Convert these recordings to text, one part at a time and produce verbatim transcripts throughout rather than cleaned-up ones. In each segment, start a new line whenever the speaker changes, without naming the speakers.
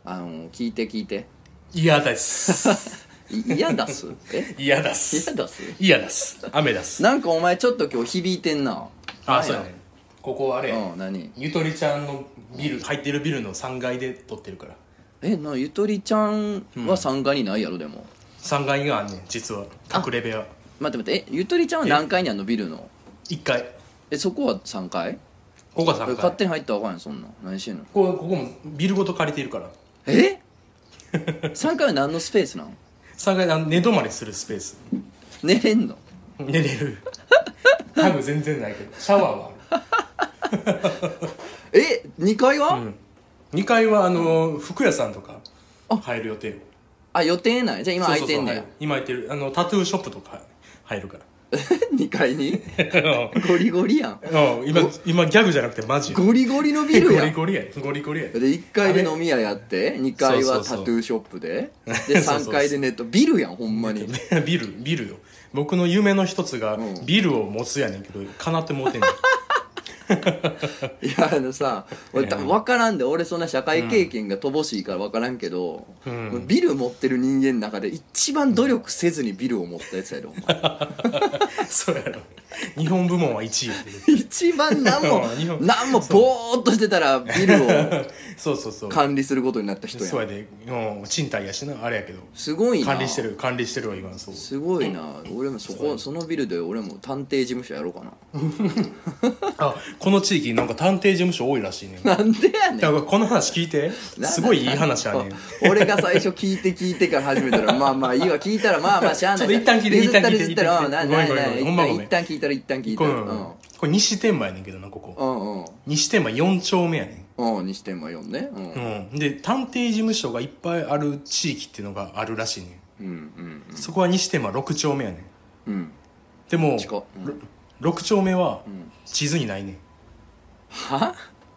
あの聞いて聞いて
嫌です
嫌だすえ
嫌だす
嫌だす
嫌だす雨だす
なんかお前ちょっと今日響いてんな。
あ、そうやね。ここあれ
うん何
ゆとりちゃんのビル入ってるビルのさんがいで撮ってるから。
えなゆとりちゃんはさんがいにないやろ。でも
さんがいがあんねん実は隠れ部屋。
待って待ってえゆとりちゃんは何階にあんのビルの。
いっかい。
えそこはさんかい。
ここがさんかい。
勝手に入ったらあかんやんそんなん。何してんの。
ここここもビルごと借りているから。
えさんかいは何のスペースなん。
さんがいあの寝泊まりするスペース。
寝れんの。
寝れる家具全然ないけどシャワーはある
えにかいは、
うん、にかいはあの服屋さんとか入る予定よ。
あ予定ない。じゃあ今空いてんねや。
そうそうそう今空いてるあのタトゥーショップとか入るから
にかいにゴリゴリやん。
うん今今ギャグじゃなくてマジよ。
ゴリゴリのビルやん。
ゴリゴリやゴリゴリや
でいっかいで飲み屋やってにかいはタトゥーショップででさんかいでネットビルやんほんまに。
ビルビルよ。僕の夢の一つがビルを持つやねんけど叶ってもうてんねん
いやあのさ俺分からんで俺そんな社会経験が乏しいから分からんけど、うん、ビル持ってる人間の中で一番努力せずにビルを持ったやつやろお前
そうやろ。日本部門はいちい
一番何も何もぼーっとしてたらビルを
そうそうそう
管理することになった人やん。
そうやで、うん、賃貸やしなあれやけど
すごいな。
管理してる管理してるわ今。そう
すごいな。俺もそこそのビルで俺も探偵事務所やろうかな
あこの地域なんか探偵事務所多いらしいねん。
なんでやねん。
だからこの話聞いてすごいいい話やねん
俺が最初聞いて聞いてから始めたらまあまあいいわ聞いたらまあまあしゃあない
ちょっと一旦聞いて一旦聞いて
譲ったら譲ったら
ごめんごめんごめんほんまごめん
一旦聞いたら一旦聞いたら
これ、うん、これ西天満やねんけどなここ。
うんうん
西天満よん丁目やねん。
うん西天満よんねうん、
うん、で探偵事務所がいっぱいある地域っていうのがあるらしいねん。
うんうんうん
そこは西天満ろく丁目やねん。
うん
でも、
近っうん、
ろく丁目は地図にないねん。
は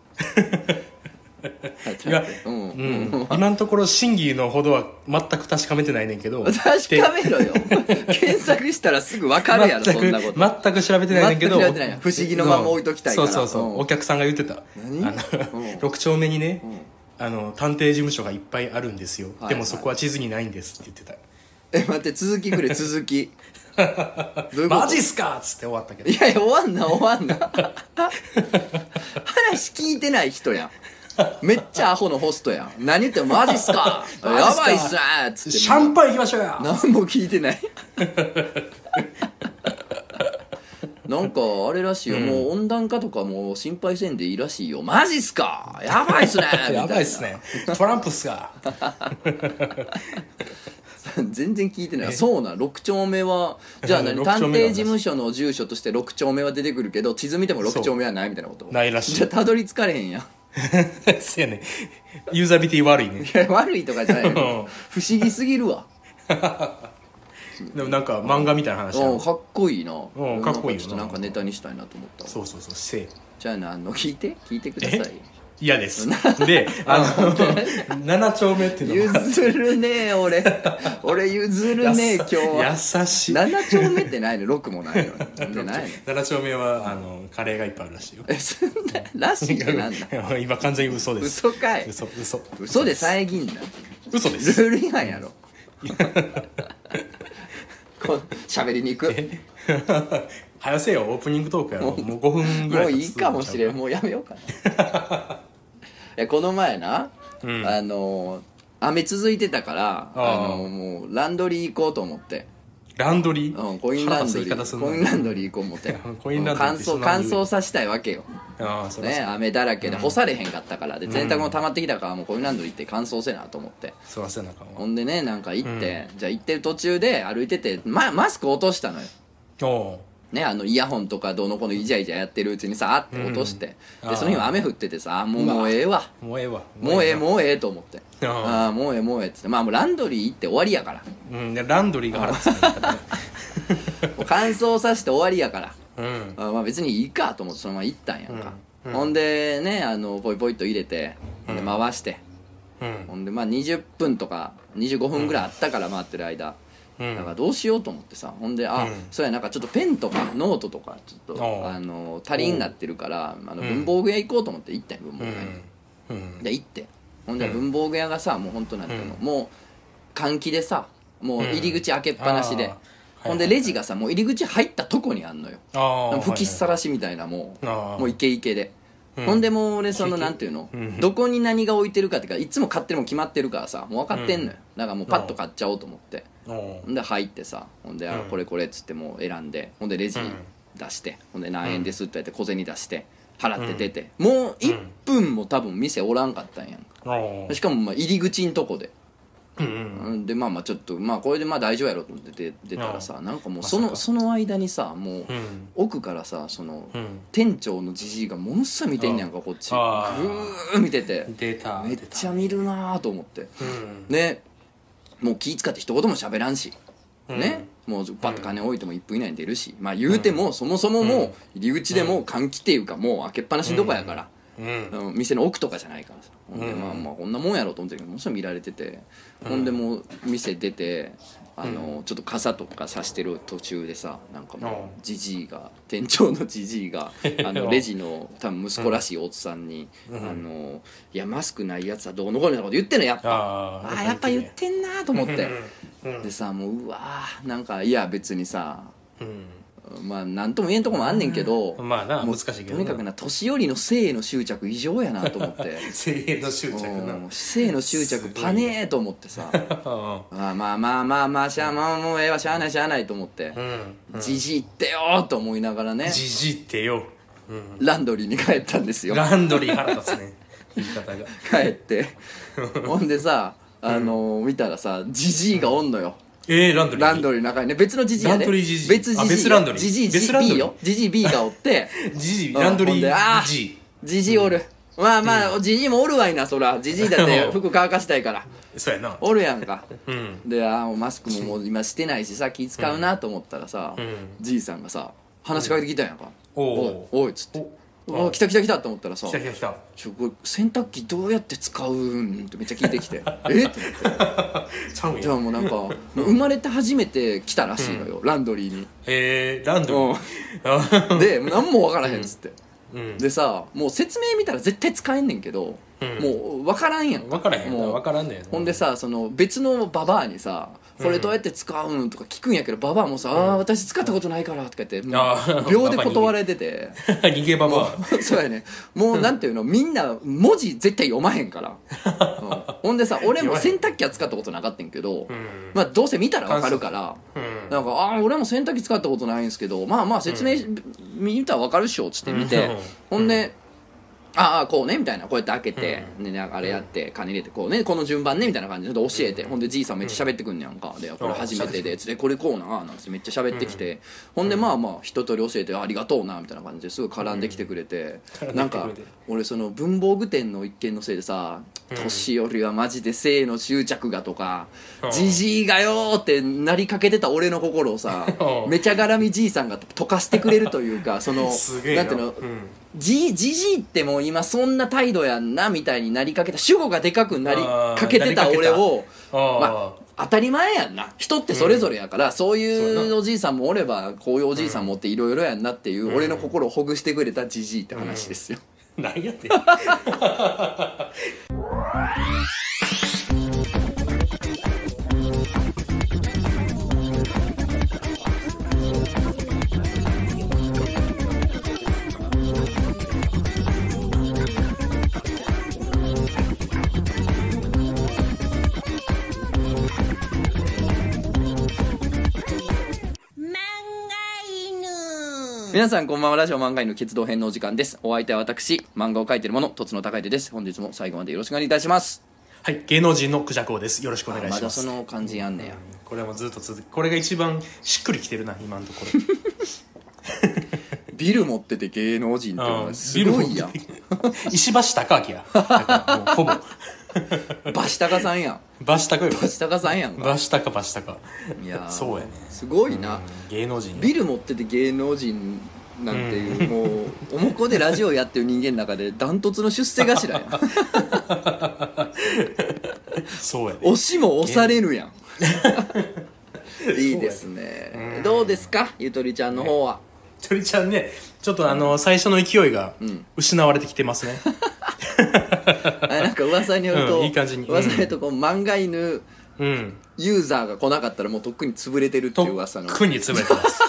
今、
うん
うん、今のところ真偽のほどは全く確かめてないねんけど
確かめろよ検索したらすぐ分かるやろ
全く
そんなこと
全く調べてないねんけど
全く調べてない不思議のまま置いときたいから、
そうそうそう、
うん、
お客さんが言ってた
何
あのろく丁目にね、
うん、
あの探偵事務所がいっぱいあるんですよ、はいはい、でもそこは地図にないんですって言ってた。
え待って続きくれ続き
どういうことマジっすかっつって終わったけど。
いやいや終わんな終わんな話聞いてない人やん。めっちゃアホのホストやん。何言ってもマジっすかやばいっすねっつって
シャンパン行きましょうや
何も聞いてないなんかあれらしいよ、うん、もう温暖化とかもう心配せんでいいらしいよ。マジっすかやばいっすね
やばいっすねトランプっすか
全然聞いてない。そうなろく丁目はじゃあ何探偵事務所の住所としてろく丁目は出てくるけど地図見てもろく丁目はないみたいなこと。
ないらしい。
じゃあたどり着かれへんやん
せやねユーザビリティ悪いね。
いや悪いとかじゃないの不思議すぎるわ
でもなんか漫画みたいな話やろ。
かっこいいな。
うんかっこいいよな。
ちょっとなんかネタにしたいなと思ったわ。
そうそうそうせい
じゃあなあの聞いて聞いてください。
嫌ですであのなな丁目っていうのが
譲るねえ俺俺譲るねえ今日は。
優しい。
なな丁目ってないのろくもないのなんでないの
なな丁目はあのカレーがいっぱいあるらしいよ。
えそんならしいってなんだ
今完全に嘘です。
嘘かい。
嘘嘘
嘘で遮んな。
嘘です。
ルール違反やろこう喋りに行く
早せよオープニングトークやろ。もうごふんぐらい
もういいかもしれん。もうやめようかないやこの前な、うん、あの雨続いてたからあのもうランドリー行こうと思って。
ランドリー、
うん、コインランドリーコインランドリー行こう思ってコインランドリー乾燥乾燥させたいわけよ。ああそね雨だらけで干されへんかったから、うん、で洗濯物溜まってきたからもうコインランドリー行って乾燥せなと思って。
そらせなあかんわ。
ほんでねなんか行って、うん、じゃあ行ってる途中で歩いてて、ま、マスク落としたのよ。おうね、あのイヤホンとかどうのこのイチャイチャやってるうちにさーって落として、うん、でその日は雨降っててさもうもうええわ
もうええわ
もうええもうええと思ってああもうええもうええっつってまあもうランドリー行って終わりやから、
うん、ランドリーが腹立つから
もう乾燥させて終わりやから、
うん、
あまあ別にいいかと思ってそのまま行ったんやんか、うんうん、ほんでねあのポイポイっと入れてで回して、うん、ほんでまあにじゅっぷんとかにじゅうごふんぐらいあったから回ってる間、だからどうしようと思ってさほんであ、うん、そうやなんかちょっとペンとかノートとかちょっとあの足りになってるからあの文房具屋行こうと思って行ったんよ文房具屋に、うん、で行ってほんで文房具屋がさもうほんとなんていうの、うん、もう換気でさもう入り口開けっぱなしで、うん、ほんでレジがさもう入り口入ったとこにあんのよ。吹きさらしみたいなもうもうイケイケで、うん、ほんでもう俺そのなんていうの、うん、どこに何が置いてるかっていうかいつも買ってるもん決まってるからさもう分かってんのよ、うん、だからもうパッと買っちゃおうと思って、ほんで入ってさほんで、うん、これこれっつってもう選んでほんでレジ出して、うん、ほんで何円ですって言って小銭出して払って出て、うん、もういっぷんも多分店おらんかったんやんか、うん、しかもまあ入り口んとこで、うんうん、でまあまあちょっとまあこれでまあ大丈夫やろと思って出たらさ、うん、なんかもうそのその間にさもう奥からさその、うん、店長のじじいがものすごい見てんねやんかこっちぐー見ててめっちゃ見るなと思って、うん、でもう気使って一言も喋らんし、うん、ねもうパッと金置いてもいっぷん以内に出るし、まあ言うても、うん、そもそももう入り口でもう換気っていうかもう開けっぱなしのとこやから、うんうん、店の奥とかじゃないからさ、ほんでまあまあこんなもんやろと思ってるけどもうそれ見られてて、ほんでもう店出てあのちょっと傘とかさしてる途中でさなんかもうじじいが店長のじじいがあのレジの多分息子らしいおっさんに「あのいやマスクないやつはどうのこうのこと言ってんのやっぱああやっぱ言ってんな」と思ってでさもううわーなんかいや別にさまあ何とも言えんとこもあんねんけど、
うん、まあな難しいけど
とにかくな年寄りの性への執着異常やなと思って
性への執着な
性への執着パネーと思ってさあまあまあまあまあしゃあまあもうええわしゃあないしゃあないと思ってじじいってよと思いながらね
じじいってよ、
うん、ランドリーに帰ったんですよ。
ランドリー腹立つね言い方が
帰ってほんでさあのー、見たらさじじいがおんのよ。
えー、ランドリー
ランドリーの中にね別のジジイやで
別ジジイ
別ジジイ
ランドリー
ジジイ B よジジイ B がおって
ジジイランドリージジイ
ジジイおる、うん、まあまあジジイもおるわいなそらジジイだって服乾かしたいから
そうやな
おるやんか、うん、であマスクももう今してないしさ気使うなと思ったらさ、うん、じいさんがさ話しかけてきたんやんか、うん、おいおいっつってあ来た来た来たと思ったらさ
来た来た来た
ちょこれ洗濯機どうやって使うんってめっちゃ聞いてきてえって思ってじゃあもうなんかもう生まれて初めて来たらしいのよ、うん、ランドリーに
へえランドリ
ーで何も分からへんっつって、うん、でさもう説明見たら絶対使えんねんけど、うん、もう分からんやん
分からへんもう分からんねん
ほんでさその別のババアにさこれどうやって使うんとか聞くんやけどババアもさ、うん、あ私使ったことないからとか言って秒で断られてて
逃げババ
アそうやねもうなんていうのみんな文字絶対読まへんから、うん、ほんでさ俺も洗濯機は使ったことなかったんやけど、うん、まあどうせ見たらわかるから、うん、なんかあ俺も洗濯機使ったことないんですけどまあまあ説明、うん、見たらわかるっしょっつって見て、うん、ほんでああこうねみたいなこうやって開けて、うん、ね、あれやって金入れてこうねこの順番ねみたいな感じで教えて、うん、ほんでじいさんめっちゃ喋ってくんねやんかでこれ初めてでつってこれこうななんつってめっちゃ喋ってきて、うん、ほんでまあまあ一通り教えてありがとうなみたいな感じですごい絡んできてくれて、うん、なんか俺その文房具店の一件のせいでさ年寄りはマジで性の執着がとかじじいがよーってなりかけてた俺の心をさめちゃがらみじいさんが溶かしてくれるというかそのなんていうの、うんじじじいってもう今そんな態度やんなみたいになりかけた主語がでかくなりかけてた俺をまあ当たり前やんな人ってそれぞれやから、うん、そういうおじいさんもおればこういうおじいさんもっていろいろやんなっていう、うん、俺の心をほぐしてくれたじじいって話ですよ、
うん、何やってん
皆さんこんばんは。ラジオ漫画犬決動編のお時間です。お相手は私漫画を描いている者とつの高い手です。本日も最後までよろしくお願いいたします。
はい、芸能人のクジャコウです。よろしくお願いします。
まだその感じやんねや、うん、
これはもうずっと続くこれが一番しっくりきてるな今のところ
ビル持ってて芸能人ってのはすごいやん
石橋貴明やだからもうほぼ
バシタカさんやん
バシタカよ
バシタカさんやんか
バシタカバシタカ
いや
そうやね
すごいな、
うん、芸能人
ビル持ってて芸能人なんていう、うん、もうおもこでラジオやってる人間の中でダントツの出世頭や
そうやね
押しも押されるやんいいですね、うん、どうですかゆとりちゃんの方は、
ね、ゆとりちゃんねちょっとあの最初の勢いが失われてきてますね、
あれなんか噂によると、
うんいい感じにうん
噂によるとこう漫画犬
うん
ユーザーが来なかったらもうとっくに潰れてるっていう噂の。
とっくに潰れてます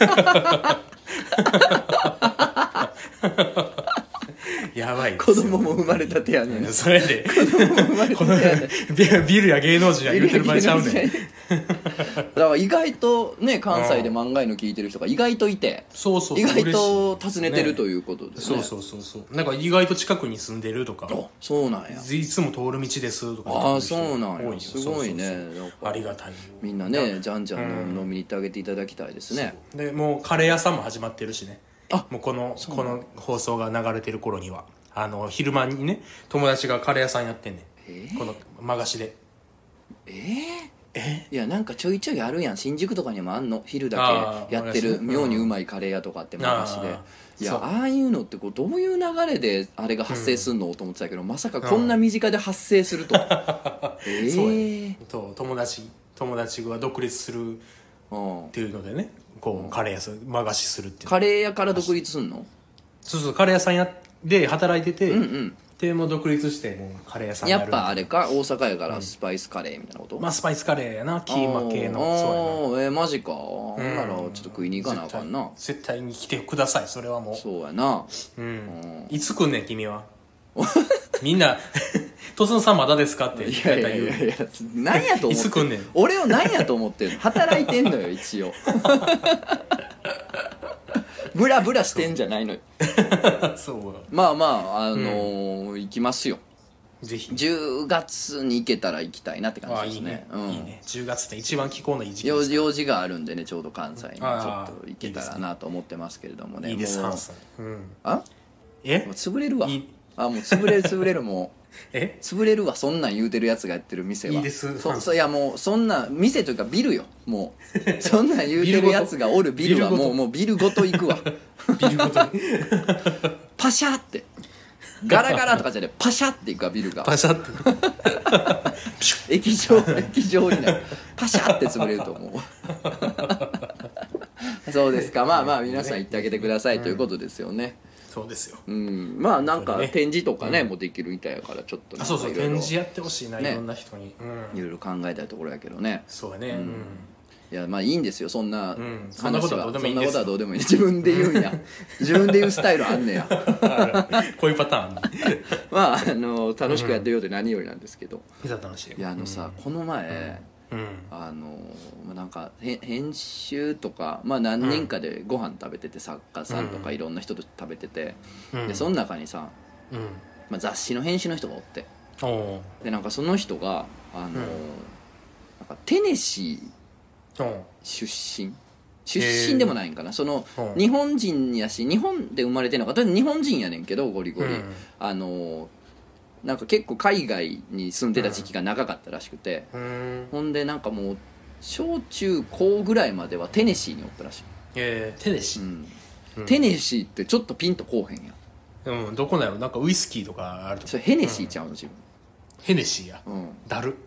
やばいですよ
子供も生まれたてやねん。
それで
生まれ
この
たてやねん。
ビビルや芸能人は言うてる場合ちゃうねん
だから意外とね関西で漫画犬聞いてる人が意外といて、
そうそうそう
意外と
嬉しい
訪ねてるということでね。
そうそうそうそうなんか意外と近くに住んでるとか
あ、そうなんや。
いつも通る道ですとか
ああ、そうなんや。
多いよ
すごいね。
そうそうそうありがたいよ
みんなね、じゃんじゃん飲みに行ってあげていただきたいですね。
でもうカレー屋さんも始まってるしね
あ
もうこのこの放送が流れてる頃にはあの昼間にね友達がカレー屋さんやってんねん、
えー
このまがしで
えー
え
いやなんかちょいちょいあるやん。新宿とかにもあんの。昼だ
あー
けやってる
私
妙にうまいカレー屋とかって昔で。
あーそう
いやああいうのってこうどういう流れであれが発生するの、と思ってたけど、まさかこんな身近で発生すると。ええ
そうや
ー
ねと友達友達が独立する
うん
っていうのでねこうカレー屋さんまがしするっていう
カレー屋から独立すんの？
そうそうカレー屋さんやで働いてて、
うんうん
でもう独立してもうカレー屋さんやる
やっぱあれか大阪やからスパイスカレーみたいなこと？
まあスパイスカレーやなキーマ系の
あー
そうやな
あーえー、マジか。ほんならちょっと食いに行かなあかんな。
絶対絶対に来てくださいそれはも
そうやな。
う、うん
うん
いつ来んねん君はみんな「とつのさんまだですか?」って
いやいやい
言う
やいや何やと思って
いつ来んねん
俺を何やと思ってんの？働いてんのよ一応ブラブラしてんじゃないのよ。
そう
まあまああのー行きますよ。
ぜひ
じゅうがつに行けたら行きたいなって感
ああいい
じですね
ね、いいねじゅうがつって一番気候のいい時期
用
です
事用事があるんでねちょうど関西にちょ
あー
っと行けたらなと思ってますけれどもね。
いいです
もう
ハンさん、うん、
あ
え
もう潰れるわ。
いい
あもう潰れる潰れるもう
え
潰れるわ。そんなん言うてるやつがやってる店はい
いです
そそいやもうそんな店というかビルよもうそんなん言うてるやつがおるビルは
ビルごと
もうもうビルごと行くわ
ビルごとに
パシャってガラガラとかじゃねえパシャっていくわビルが
パシャって
液状液状になるパシャって潰れると思うそうですか。まあまあ皆さん行ってあげてくださいということですよね。
そうですよ
うんまあなんか
本当にね
展示とかねもうできるみたいやからちょっとなん
あそうそう
かいろいろ
展示やってほしいな、
ね
いろんな人に、うん、
いろいろ考えたいところやけどね。
そうやね、うん
いやまあいいんですよそんな
うん
話
そんなことはどうでもいいんですよ
そんなことはどうでもいい自分で言うんや自分で言うスタイルあんねや
こういうパターン
まああの楽しくやってるようで何よりなんですけど、
いざ楽しいよ
いやあのさ、この前、
うん
あのまあなんかへ編集とか、まあ、何人かでご飯食べてて、作家さんとかいろんな人と食べてて、
うん
でその中にさ、
うん
まあ、雑誌の編集の人がおって
おお
でなんかその人があの、なんかテネシー
お
出身出身でもないんかな、その
うん
日本人やし日本で生まれてるのかとりあえず日本人やねんけどゴリゴリ、
うん
あのなんか結構海外に住んでた時期が長かったらしくて、
うん
ほんでなんかもう小中高ぐらいまではテネシーにおったらしい、
えー、テネシー、
うん
うん
テネシーってちょっとピンとこうへんやん。
うん、どこなんやろなんかウイスキーとかあると
それヘネシーちゃうの自分、
ヘネシーや、
うん、
だる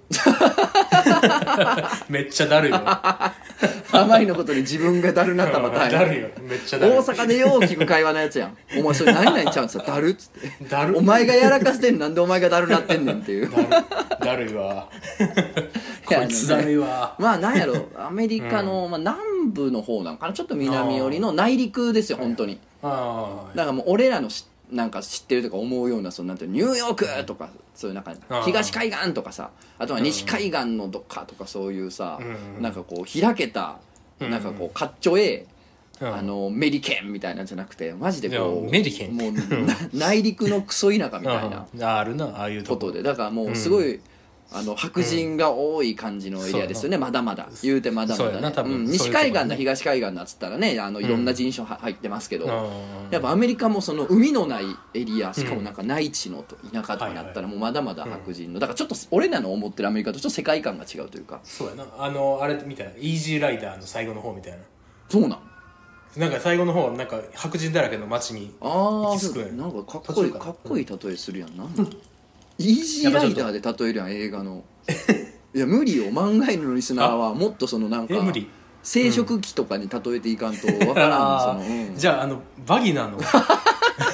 めっちゃだるいよ
あまりのことに自分がだるなったパターンや
だるいよめっちゃだるい
大阪でよう聞く会話のやつやん。お前それ何々ちゃうんすよだるっつって
だる
お前がやらかしてんのなんでお前がだるなってんねんっていう
だるだるいわこいつだるいわ
まあなんやろアメリカの、まあ、南部の方なんかなちょっと南寄りの内陸ですよ本当に。
ああ
だからもう俺らのしなんか知ってるとか思うようなそのなんていうのニューヨークとかそういうなんか
あー
東海岸とかさあとは西海岸のどっかとかそういうさ
うん
なんかこう開けた
うん
なんかこうかっちょええ
うん
あのメリケンみたいなんじゃなくてマジでこ
いうやメリケン
もうな内陸のクソ田舎みたいな
うんあるなああいう
こと
こ
でだからもうすごい、あの白人が多い感じのエリアですよね、まだまだ言うてまだま
そうや
だ、ね
な多分
うん、西
そういうとこね
海岸だ東海岸だっつったらねあのいろんな人種は入ってますけど、
うん
やっぱアメリカもその海のないエリアしかもなんか内地のと田舎とかになったらもうまだまだ白人のだからちょっと俺らの思ってるアメリカとちょっと世界観が違うというか。
そうやなあのあれみたいなイージーライダーの最後の方みたいな
そうなん
なんか最後の方なんか白人だらけの街に
ああ
行き着くんや
なんかかっこいい
途中から
かっこいい例えするやんなんなんイージーライダーで例えるやん映画のいや無理よ漫画犬のリスナーはもっとそのなんか
え無理
生殖器とかに例えていかんとわからん、
あ
その、うん
じゃああのバギナの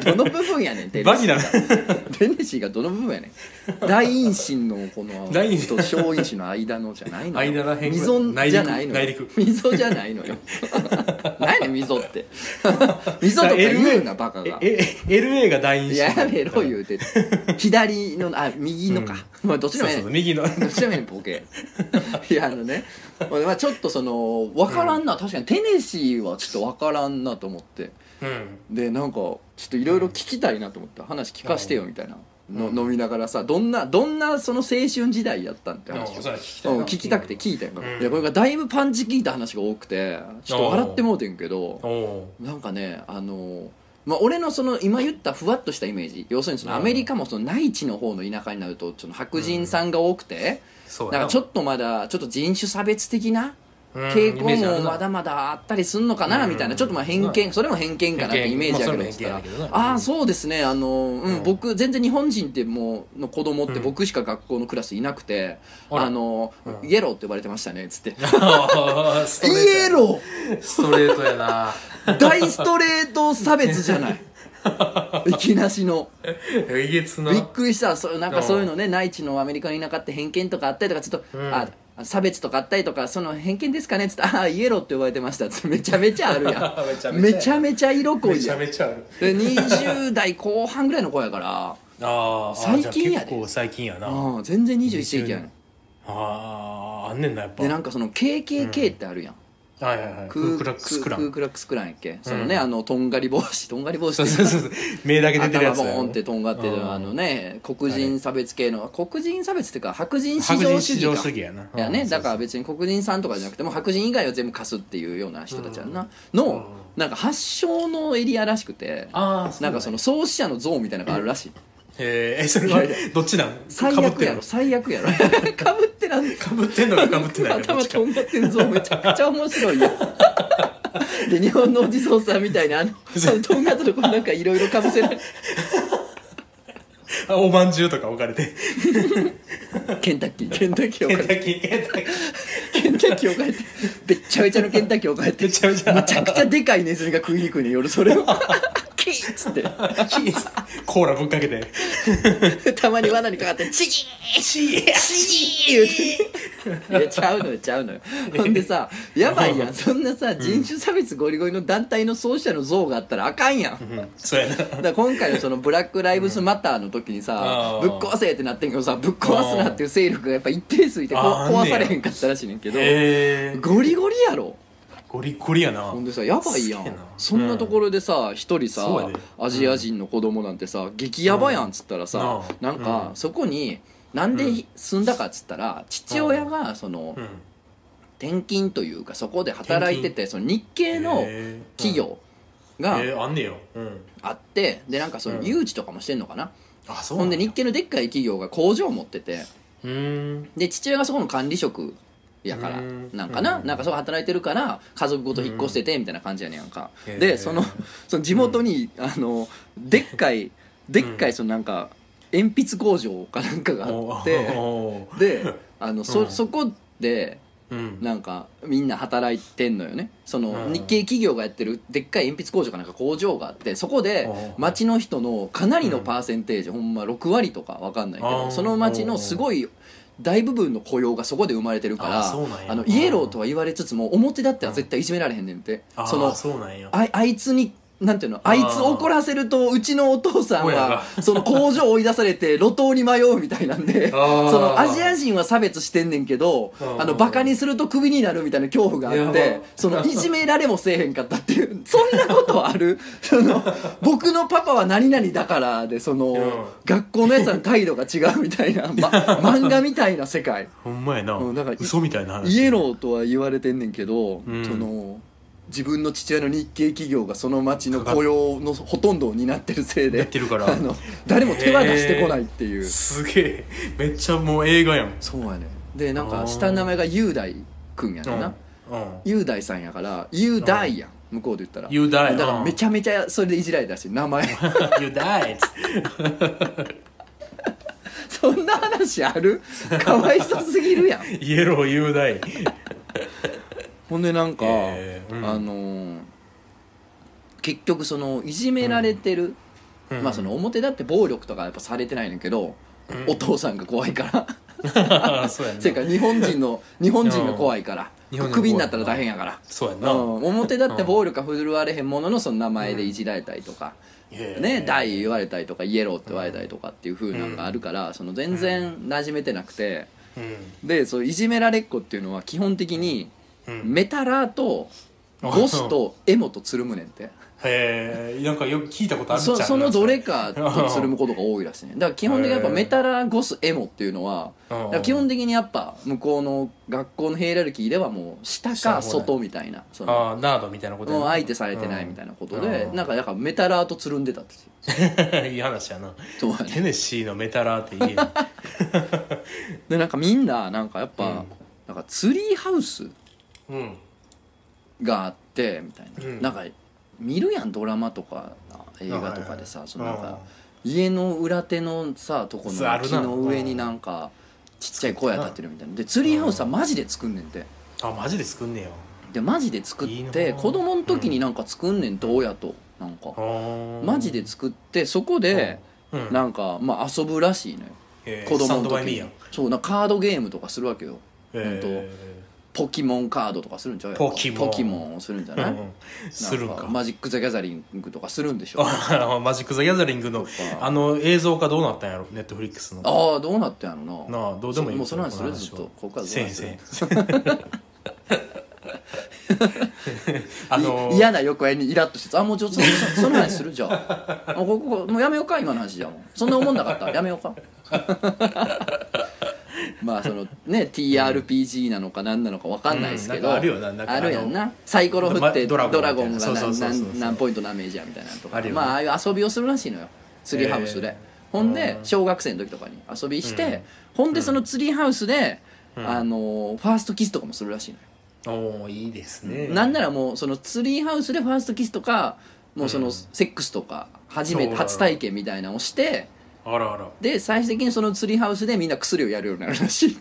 どの部分やねんテネシー
バギナ
テネシーがどの部分やねん大陰唇のこの
大陰
と小陰唇の間のじゃないのよ
間らへんぐらい
溝じゃないのよ
内陸
溝じゃないのよ何やねん溝って溝とか言うなバカが
ええ エルエー が大陰
や
唇
めろ言うて左のあ右のか、まあどっちでも
そう
ええね
そう右の
どっちでもええねんボケいやあのね、まあ、ちょっとその分からんな、確かにテネシーはちょっと分からんなと思って
うん
でなんかちょっといろいろ聞きたいなと思って話聞かしてよみたいなの、飲みながらさどんなどんなその青春時代やったんって話を
それは聞きたいな
うん聞きたくて聞いたんやから、
うん
いやこれがだいぶパンチ効いた話が多くてちょっと笑ってもうてんけど
お
なんかねあのまあ、俺のその今言ったふわっとしたイメージ要するにそのアメリカもその内地の方の田舎になるとその白人さんが多くて、
そう
なんかちょっとまだちょっと人種差別的な傾向もまだまだあったりすんのかなみたいなちょっとまあ偏見それも偏見かなってイメージやけどっつったらああそうですねあのうん僕全然日本人ってもうの子供って僕しか学校のクラスいなくてあのイエローって呼ばれてましたねっつってイエロ
ーストレートやな
大ストレート差別じゃないいきなしの
えげつな
びっくりしたそうなんかそういうのね内地のアメリカの田舎って偏見とかあったりとかちょっと、うん、あ差別とかあったりとかその偏見ですかねっつってああイエローって呼ばれてましたっつってめちゃめちゃあるやんめちゃめちゃ色濃いやん
めちゃめちゃある
でにじゅう代後半ぐらいの子やから
あ
最近やで
結構最近やな
あ全然にじゅういっ世紀やねん
あああんねんなやっぱ
でなんかその ケーケーケー ってあるやん、
うんはいはいはい、
クー
クラックスクラン
クークラックスクランやっけ、うん、そのねあのとんがり帽子とんがり帽子
そうそうそう目だけ出てるやつ
頭ボーンってとんがってる、うん、あのね黒人差別系の、はい、黒人差別っていうか白人至上主義か
主義やな、
いやね、うん、だから別に黒人さんとかじゃなくても白人以外は全部貸すっていうような人たちやんな、うん、の、うん、なんか発祥のエリアらしくて
あ
なんかその創始者の像みたいなのがあるらしい
へえそれはどっちなん
最悪やろ最悪やろかぶってなん
かぶってんのかかぶってないの
頭とんがってん像めちゃくちゃ面白いよで日本のお地蔵さんみたいなあのとんがったとこなんかいろいろかぶせられ
おまんじゅうとか置かれて
ケンタッキーケンタッキー
ケンタッキーケンタッキー
ケンタッキー置かれてべっちゃべちゃのケンタッキー置かれて
めちゃめちゃ
めちゃくちゃでかいネズミが食いにくいね夜それをキーッつってキ
ーッコーラぶっかけて
たまに罠にかかってチギーチギーチギー言うていやちゃうのよちゃうのよほんでさやばいやんそんなさ人種差別ゴリゴリの団体の創始者の像があったらあかんやん、うん、
そうやなだ
から今回のそのブラックライブスマターの時にさ、うん、ぶっ壊せってなってんけどさぶっ壊すなっていう勢力がやっぱ一定数いてこ壊されへんかったらしいねんけどゴリゴリやろ
ゴリゴリやな
ほんでさやばいやんそんなところでさ一人さ、うん、アジア人の子供なんてさ激ヤバやんっつったらさ、うん、なんか、うん、そこになんで住んだかっつったら父親がその、うん、転勤というかそこで働いててその日系の企業があってでなんかその誘致とかもしてんのかな、
あそう
ほんで日系のでっかい企業が工場を持ってて
うん
で父親がそこの管理職やからなんかな、なんかそこ働いてるから家族ごと引っ越しててみたいな感じやねんか、でそのその地元にあのでっかいでっかいそのなんか鉛筆工場かなんかがあってであのそそこでなんかみんな働いてんのよねその日系企業がやってるでっかい鉛筆工場かなんか工場があってそこで町の人のかなりのパーセンテージほんまろく割とかわかんないけどその町のすごい大部分の雇用がそこで生まれてるから あ, あのイエローとは言われつつも表だっては絶対いじめられへんねんて、
うん、
その
そうなんや
あ, あいつになんていうのあいつ怒らせるとうちのお父さんはその工場追い出されて路頭に迷うみたいなんでそのアジア人は差別してんねんけどあのバカにするとクビになるみたいな恐怖があってそのいじめられもせえへんかったっていうそんなことあるその僕のパパは何々だからでその学校のやつの態度が違うみたいな、ま、漫画みたいな世界
ほんまやな、
うん、だから
嘘みたいな話
イエローとは言われてんねんけど、うん、その自分の父親の日系企業がその町の雇用のほとんどを担ってるせいで
やってるから
あの誰も手は出してこないっていう、
すげえめっちゃもう映画やん
そうやねでなんか下の名前が雄大くんやねんな、うんうん、雄大さんやから雄大やん、うん、向こうで言ったら
雄大
だからめちゃめちゃそれでいじられたし名前
雄大っ
そんな話あるかわいそすぎるやん
イエロー雄大
ほんでなんか、えーうん、あのー、結局そのいじめられてるうん、まあその表だって暴力とかやっぱされてないんだけど、うん、お父さんが怖いからそうやんな。それから日本人の日本人が怖いからクビになったら大変やから、
そうやな、
うん、表だって暴力は振るわれへんもののその名前でいじられたりとか、うん、ね、ダイ言われたりとかイエローって言われたりとかっていう風なのがあるから、その全然馴染めてなくて、うん、でそういじめられっ子っていうのは基本的にメタラーとゴスとエモとつるむねんて。
へえ、なんかよく聞いたことあるっちゃう。
そ, そのどれかとつるむことが多いらしいね。だから基本的にやっぱメタラーゴスエモっていうのはだから基本的にやっぱ向こうの学校のヘイラルキーではもう下か外みたいな、その
あナードみたいなことやな、
もう相手されてないみたいなことで、なんかだからメタラーとつるんでたんですよ
いい話やな。
そうやね、
テネシーのメタラーっていいや
でなんかみんななんかやっぱ、うん、なんかツリーハウスがあってみたいな、うん、なんか見るやんドラマとか映画とかでさ、そのなんか家の裏手のさとこの木の上になんかちっちゃい小屋建ってるみたいなで、ツリーハウスはマジで作んねんて。
あマジで作んねんよ。
でマジで作って子供の時になんか作んねんと親となんかマジで作ってそこでなんかまあ遊ぶらしいのよ、子供の時に。そうなカードゲームとかするわけよ。本当ポキモンカードとかするんちゃうや
ポキモン
ポキモンをするんじゃない、うんうん、
するんか。
マジック・ザ・ギャザリングとかするんでしょ
マジック・ザ・ギャザリングのあの映像化どうなったんやろネットフリックスの。
ああどうなったんやろな。
なあどうでもいい。
もうその話するずっとここから
先生あのー、
嫌な横やにイラッとしてあもうちょっと そ, その話するじゃああここもうやめようか今の話じゃん。そんな思んなかったやめようかまあそのね ティーアールピージー なのか何なのか分かんないですけど、
うん、あるよな、なんか
あるやんな。サイコロ振ってドラゴンが
何
何ポイントダメージやみたいなとか、まあああいう遊びをするらしいのよツリーハウスで、えー、ほんで小学生の時とかに遊びして、うん、ほんでそのツリーハウスで、うん、あのファーストキスとかもするらしいのよ。
おーいいですね。
なんならもうそのツリーハウスでファーストキスとかもうそのセックスとか初めて初体験みたいなのをして
あらあら
で最終的にそのツリーハウスでみんな薬をやるようになるらしい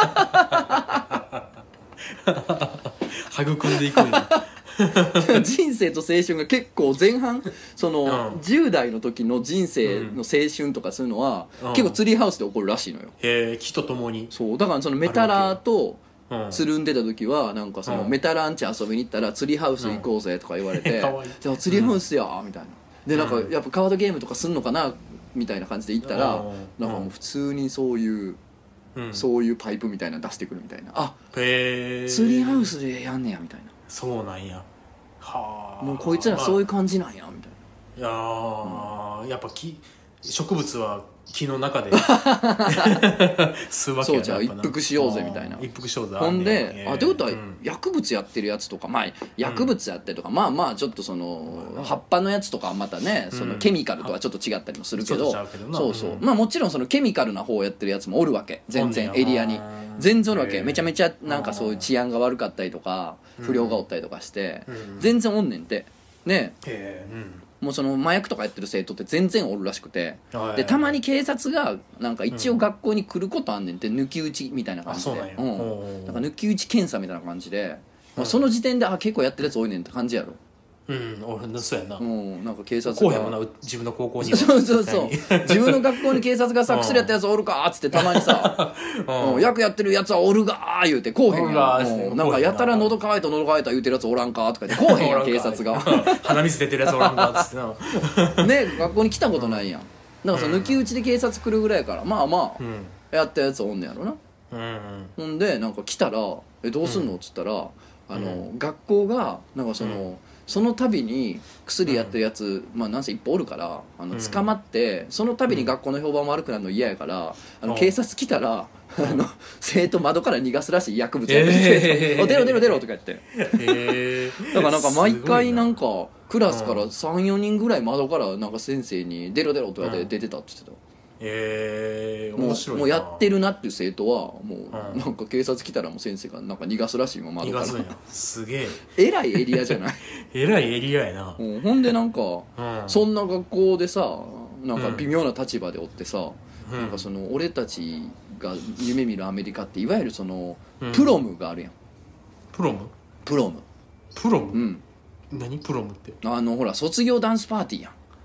育んでいくんや
人生と青春が結構前半その、うん、じゅう代の時の人生の青春とかそういうのは、うん、結構ツリーハウスで起こるらしいのよ。
へえ木とともに。
そうだからそのメタラーとつるんでた時はなんかそのメタラーんち遊びに行ったらツリーハウス行こうぜとか言われて、うん、じゃあツリーハウスやみたいなでなんかやっぱカードゲームとかすんのかなみたいな感じで行ったらなんかもう普通にそういう、うん、そういうパイプみたいなの出してくるみたいな。あへツリーハウスでやんねやみたいな。
そうなんや。はあ
もうこいつらそういう感じなんやみたい
な。いや、うん、やっぱ木植物は木の中で吸うわけやな。
そうじゃあ一服しようぜみたいな。
一服しようぜ。
ほんであってことは薬物やってるやつとかまあ薬物やってるとか、うん、まあまあちょっとその、うん、葉っぱのやつとかはまたね、うん、そのケミカルとはちょっと違ったりもするけど、うん、そうそう、うん、まあもちろんそのケミカルな方をやってるやつもおるわけ全然エリアに全然おるわけ。めちゃめちゃなんかそういう治安が悪かったりとか不良がおったりとかして全然おんねんてねえ、うん、もうその麻薬とかやってる生徒って全然おるらしくて、でたまに警察がなんか一応学校に来ることあんねんって抜き打ちみたいな感じで、うん、なんか抜き打ち検査みたいな感じで、まあ、その時点であ結構やってるやつ多いねんって感じやろ。
うん、俺そうやな。
うん、なんか警察が
こうやもな自分の高校に
そうそうそう自分の学校に警察がさ薬やったやつおるかっつってたまにさうん、役やってるやつはおるがー言うてこうへんやん、なんかやたら喉乾いた喉乾いた言うてるやつおらんかとか言ってこうへんやん警察が
鼻水出てるやつおらんかっつってな
ね学校に来たことないやん。だからその抜き打ちで警察来るぐらいやからまあまあ、うん、やったやつおんねやろな、うんうん、ほんでなんか来たら「えどうすんの?」っつったら、あの、うん、学校がなんかその、うんその度に薬やってるやつ、うん、まあなんせいっぱいおるからあの捕まって、うん、その度に学校の評判悪くなるの嫌やからあの警察来たら、うん、あの生徒窓から逃がすらしい薬物やってて、えー、出ろ出ろ出ろとか言って、えー、だからなんか毎回なんかクラスからさんよにんぐらい窓からなんか先生に出ろ出ろとかで出てたって言ってた。
えー、面白いな。
もうやってるなっていう生徒はもうなんか警察来たらもう先生がなんか逃がすらしいもん窓から。逃がすんや。
すげえ
えらいエリアじゃない
えらいエリアやな、
うん、ほんでなんか、うん、そんな学校でさなんか微妙な立場でおってさ、うん、なんかその俺たちが夢見るアメリカっていわゆるその、うん、プロムがあるやん。
プロム
プロム
プロム、
うん、
何プロムって。
あのほら卒業ダンスパーティーやん。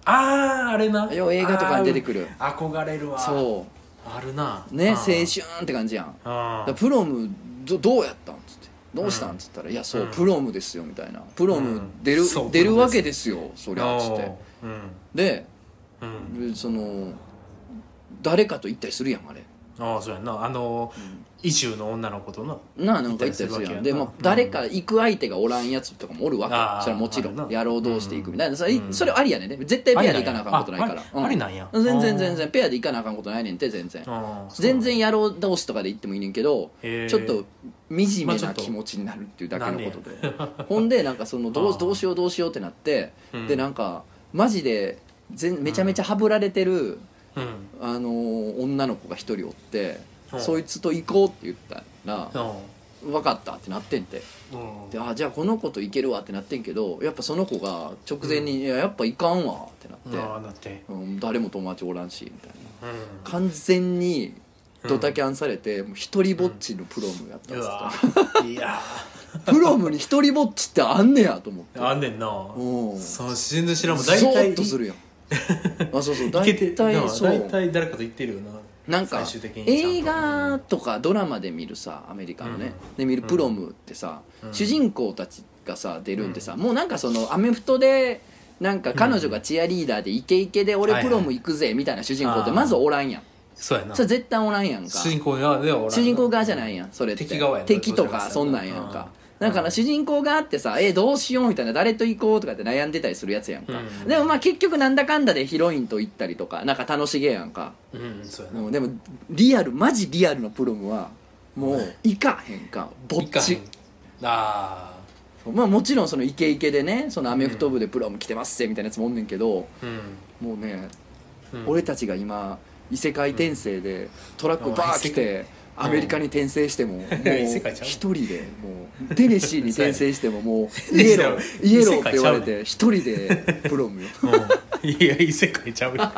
あああれな
よう映画とかに出てくる
憧れるわ
そ
あるな
うね青
あー
春って感じやんだか
あ
らプロム ど, どうやったんっつってどうしたんっつったら、いやそう、
うん
プロムですよみたいなプロム出る、
そう
出るわけですよそりゃっつって
うん
で
うん
その誰かと行ったりするやんあれ
ああそうやんなあの意中の女の子とな
なあなんか行ったりするやんでも誰か行く相手がおらんやつとかもおるわ
あー
けそれはもちろん
あるな
野郎同士で行くみたいなそれ,、
うん
それありやねんね絶対ペアで行かなあかんことないから
あありなんや
うん全然全然ペアで行かなあかんことないねんって全然
あー
全然野郎同士とかで行ってもいいねんけど
へー
ちょっと惨めな
まあちょっと
気持ちになるっていうだけのことで、
なん
ほんでなんかそのど
あー
うどうしようどうしようってなって、
うん
でなんかマジで全めちゃめちゃはぶられてる、
うん
あのー女の子が一人おって、
うん
そいつと行こうって言ったら
うん
分かったってなってんて
うん
であじゃあこの子と行けるわってなってんけどやっぱその子が直前に「いややっぱ行かんわ」ってなって、
ああだって
うん、誰も友達おらんしみたいな
うん
完全にドタキャンされてもう一人ぼっちのプロムやったんです
うわ
か
いや
プロムに一人ぼっちってあんねやと思って
あんねんな
うん
そう全然知らんもん
ゾ
大体
ーッとするやんあそうそう
いけて
大
な
体そう
大体誰かと言ってるよな
なんか
最終的にちゃんと
映画とかドラマで見るさアメリカのね、で見るプロムってさ、
うん
主人公たちがさ出るんでさ、もうなんかそのアメフトでなんか彼女がチアリーダーでイケイケで俺プロム行くぜみたいな主人公ってまずおらんやん、
そうやな
それ絶対おらんやんか
主人公側ではおらんな
主人公側じゃないやんそれって
敵側やな
敵と
どちらかというと
かそんなんやんかだから主人公があってさ「えどうしよう」みたいな「誰と行こう」とかって悩んでたりするやつやんか、
うん
でもまあ結局なんだかんだでヒロインと行ったりとかなんか楽しげやんか
うんそうやな
もうでもリアルマジリアルなプロムはもう行かへんかぼっち
いかへんあ
まあもちろんそのイケイケでねそのアメフト部でプロム来てますぜみたいなやつもおんねんけど、
あうん
もうね、
うん
俺たちが今異世界転生でトラックバー来
うん
てアメリカに転生してももう
異世界ちゃう
一人でもうテネシーに転生してももう
そうや
イエローイエローって言われ
異世界ちゃう
て一人でプロムよ
うんいや異世界ちゃうよ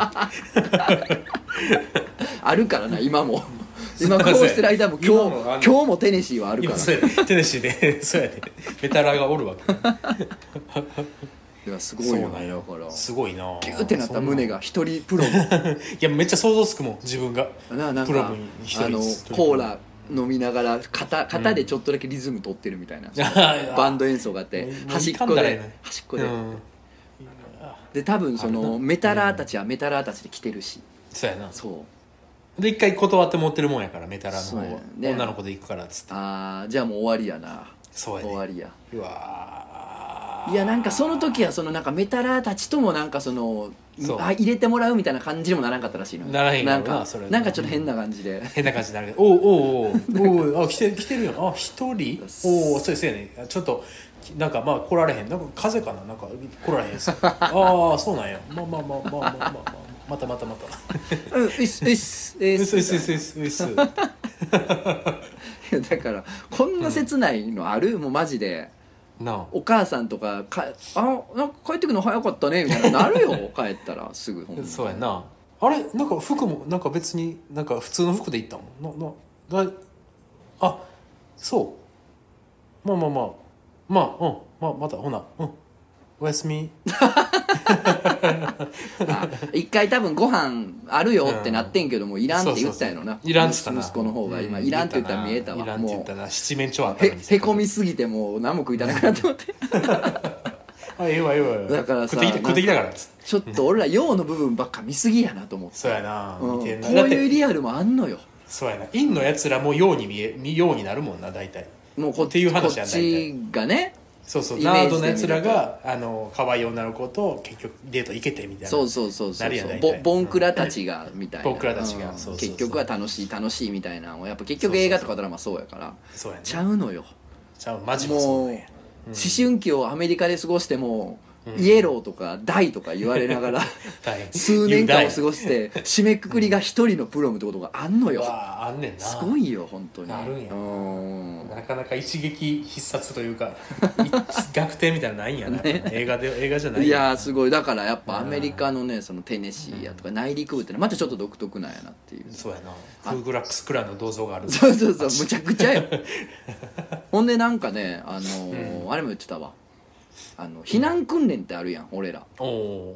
あるからな今も今こうしてる間も今
今もあんの
日今日もテネシーはあるから
今そうやでテネシーでそうやでメタラがおるわけ
いやすごいよ
そうなんや
だから
すごいな
ギューってなった胸が一人プロム
いやめっちゃ想像つくもん自分が
ななん
プロ
か
ムに一人
あの
一人
コーラ飲みながら肩肩でちょっとだけリズム取ってるみたいな、
あ
バンド演奏があって
もう
端っこで
もういかんだらええの
端っこで、
うん
で多分そ
あるな
のメタラーたちはメタラーたちで来てるし、
そうやな
そう
で一回断って持ってるもんやからメタラの
そうや
方
ね
女の子で行くからっつって
あーじゃあもう終わりやな
そうやね
終わりや
うわー
いやなんかその時はそのなんかメタラーたちともなんかその
そう
あ入れてもらうみたいな感じにもならんかったらしいの
ならへんやろ
なか
なんそれ
なんかちょっと変な感じで、
変な感じになるけどおうおうおうおうあ来て来てるよあ一人おおそうですよねちょっとなんかまあ来られへんなんか風邪かななんか来られへんですああそうなんやまあまあまあまあまあまあ、まあ、またまたまた
うんうっすうっすうっ
うっすうっすうっ
す
すうっす
いやだからこんな切ないのある、もうマジで
なあ
お母さんとかかあなんか帰ってくるの早かったねみたいななるよ帰ったらすぐほんまに
そうやなあれなんか服もなんか別になんか普通の服で行ったもんななだあそうまあまあまあまあうんまあまたほなうんおやすみ
あ一回多分ご飯あるよってなってんけども、いらんって言ったんやろな。
そうそうそういらんっつったな
息子の方が今、
うん
いらんって言ったら見えたわ。
いらんって言
も
ったな七面鳥あっ
うへ
たのに
へこみすぎてもう何も食いたなくなって思って
あええわええわええわ
だからさ
食ってきた食ってきたからっつって
ちょっと俺ら陽の部分ばっか見すぎやなと思って、
そうやな、
うん、こう
見てんなだっ
いう
て
リアルもあんのよ。
そうやな陰のやつらもように見え見ようになるもんな大体
もうこ
っていう話やん
こっちがね、
そうそう
イメージで見ると
ナードのやつらがあの可愛い女の子と結局デート行けてみたいな
そうそうそうそう
なるやん大体
ボボンクラたちがみたいな、
ボンクラたちが
うん
そうそうそう
結局は楽しい楽しいみたいなのをやっぱ結局映画とかドラマそうやから
そうやね
ちゃうのよ。
ちゃうマジもそう
もう
なんや
思春期をアメリカで過ごしても、
うん
イエローとかダイとか言われながら
大変
数年間を過
す
ごして締めくくりが一人のプロムってことがあんのよ。
わあんねんな
すごいよ本当に。
あるんや
うん
なかなか一撃必殺というかい逆転みたいなのないんやな、映画で映画じゃない
いやーすごいだからやっぱアメリカのねそのテネシーやとか内陸部ってのはまたちょっと独特なんやなっていう。
そうやなクーグラックスクランの銅像がある
そうそうそうむちゃくちゃよほんでなんかねあのー
うん
あれも言ってたわ、あの避難訓練ってあるやん俺ら
おお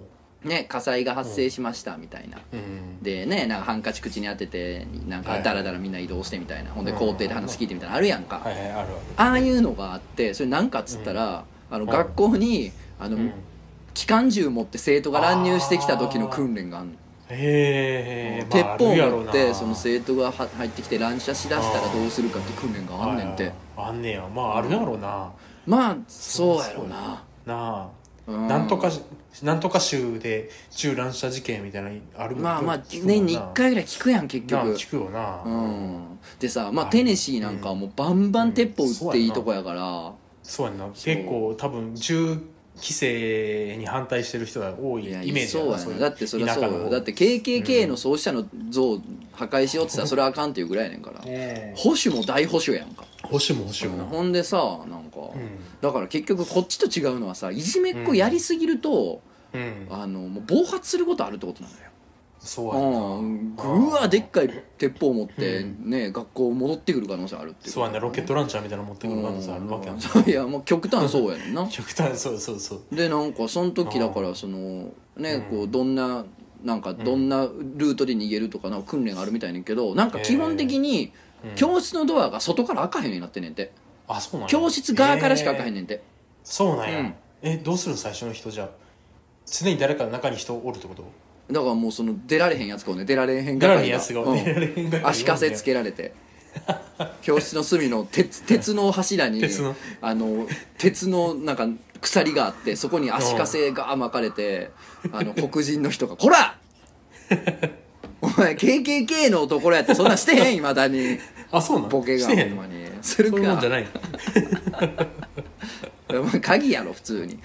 ね、火災が発生しましたみたいな、
うん、
でね、なんかハンカチ口に当ててなんかダラダラみんな移動してみたいな、ほんで校庭で話聞いてみたいなあるやんか、
はいはい、あるある。
ああいうのがあって、それなんかっつったら、うん、あの学校にあの、うん、機関銃持って生徒が乱入してきた時の訓練があんの。
へえ、
鉄砲を持ってその生徒が入ってきて乱射しだしたらどうするかって訓練があんねんて。
あんねや、まああるやろうな、
まあそうやろうな
なあ、うん、なんとかなんとか州で銃乱射事件みたいなのあるもん。
まあまあ年にいっかいぐらい聞くやん結局。
聞くよな、
うん、でさ、まあテネシーなんかはもうバンバン鉄砲撃っていいとこやから、うんうん、
そうやんな、結構多分銃規制に反対してる人が多いイメージ
やな。そうやな、だってそれはそうよ。だって ケーケーケー の創始者の像を破壊しようって言ったらそれはあかんっていうぐらいやねんから、保守も大保守やんか。
保守も保守も、
うん、ほんでさ、なんか、うん、だから結局こっちと違うのはさ、いじめっ子やりすぎると、うん、あのもう暴発することあるってことなのよ。
そうやな、
うん、ぐわでっかい鉄砲持ってね、うん、学校戻ってくる可能性あるっていう。
そうやね、ロケットランチャーみたいなの持ってくる可能性あるわけやん、
うん、いやもう極端そうやねんな
極端、そうそうそう。
でなんかその時だからそのね、うん、こうどんななんかどんなルートで逃げるとかの訓練があるみたいねんけど、なんか基本的に教室のドアが外から開かへんようになってんねんて。
あ、そうなんや。
教室側からしか開かへんねんて。
そうなんや、うん、え、どうするの最初の人じゃ常に誰か中に人おるってこと？
だからもうその出られへんやつがね、出られへん
出られへんやつが、うん、出られへんが
足かせつけられて教室の隅の鉄鉄の柱に鉄のあの鉄のなんか鎖があって、そこに足かせが巻かれて、あの黒人の人が「こらお前 ケーケーケー のところやってそんなんしてへんいまだに」
あ、そうなの？
ボケがほんまにするか。
そういうもんじゃない
鍵やろ普通に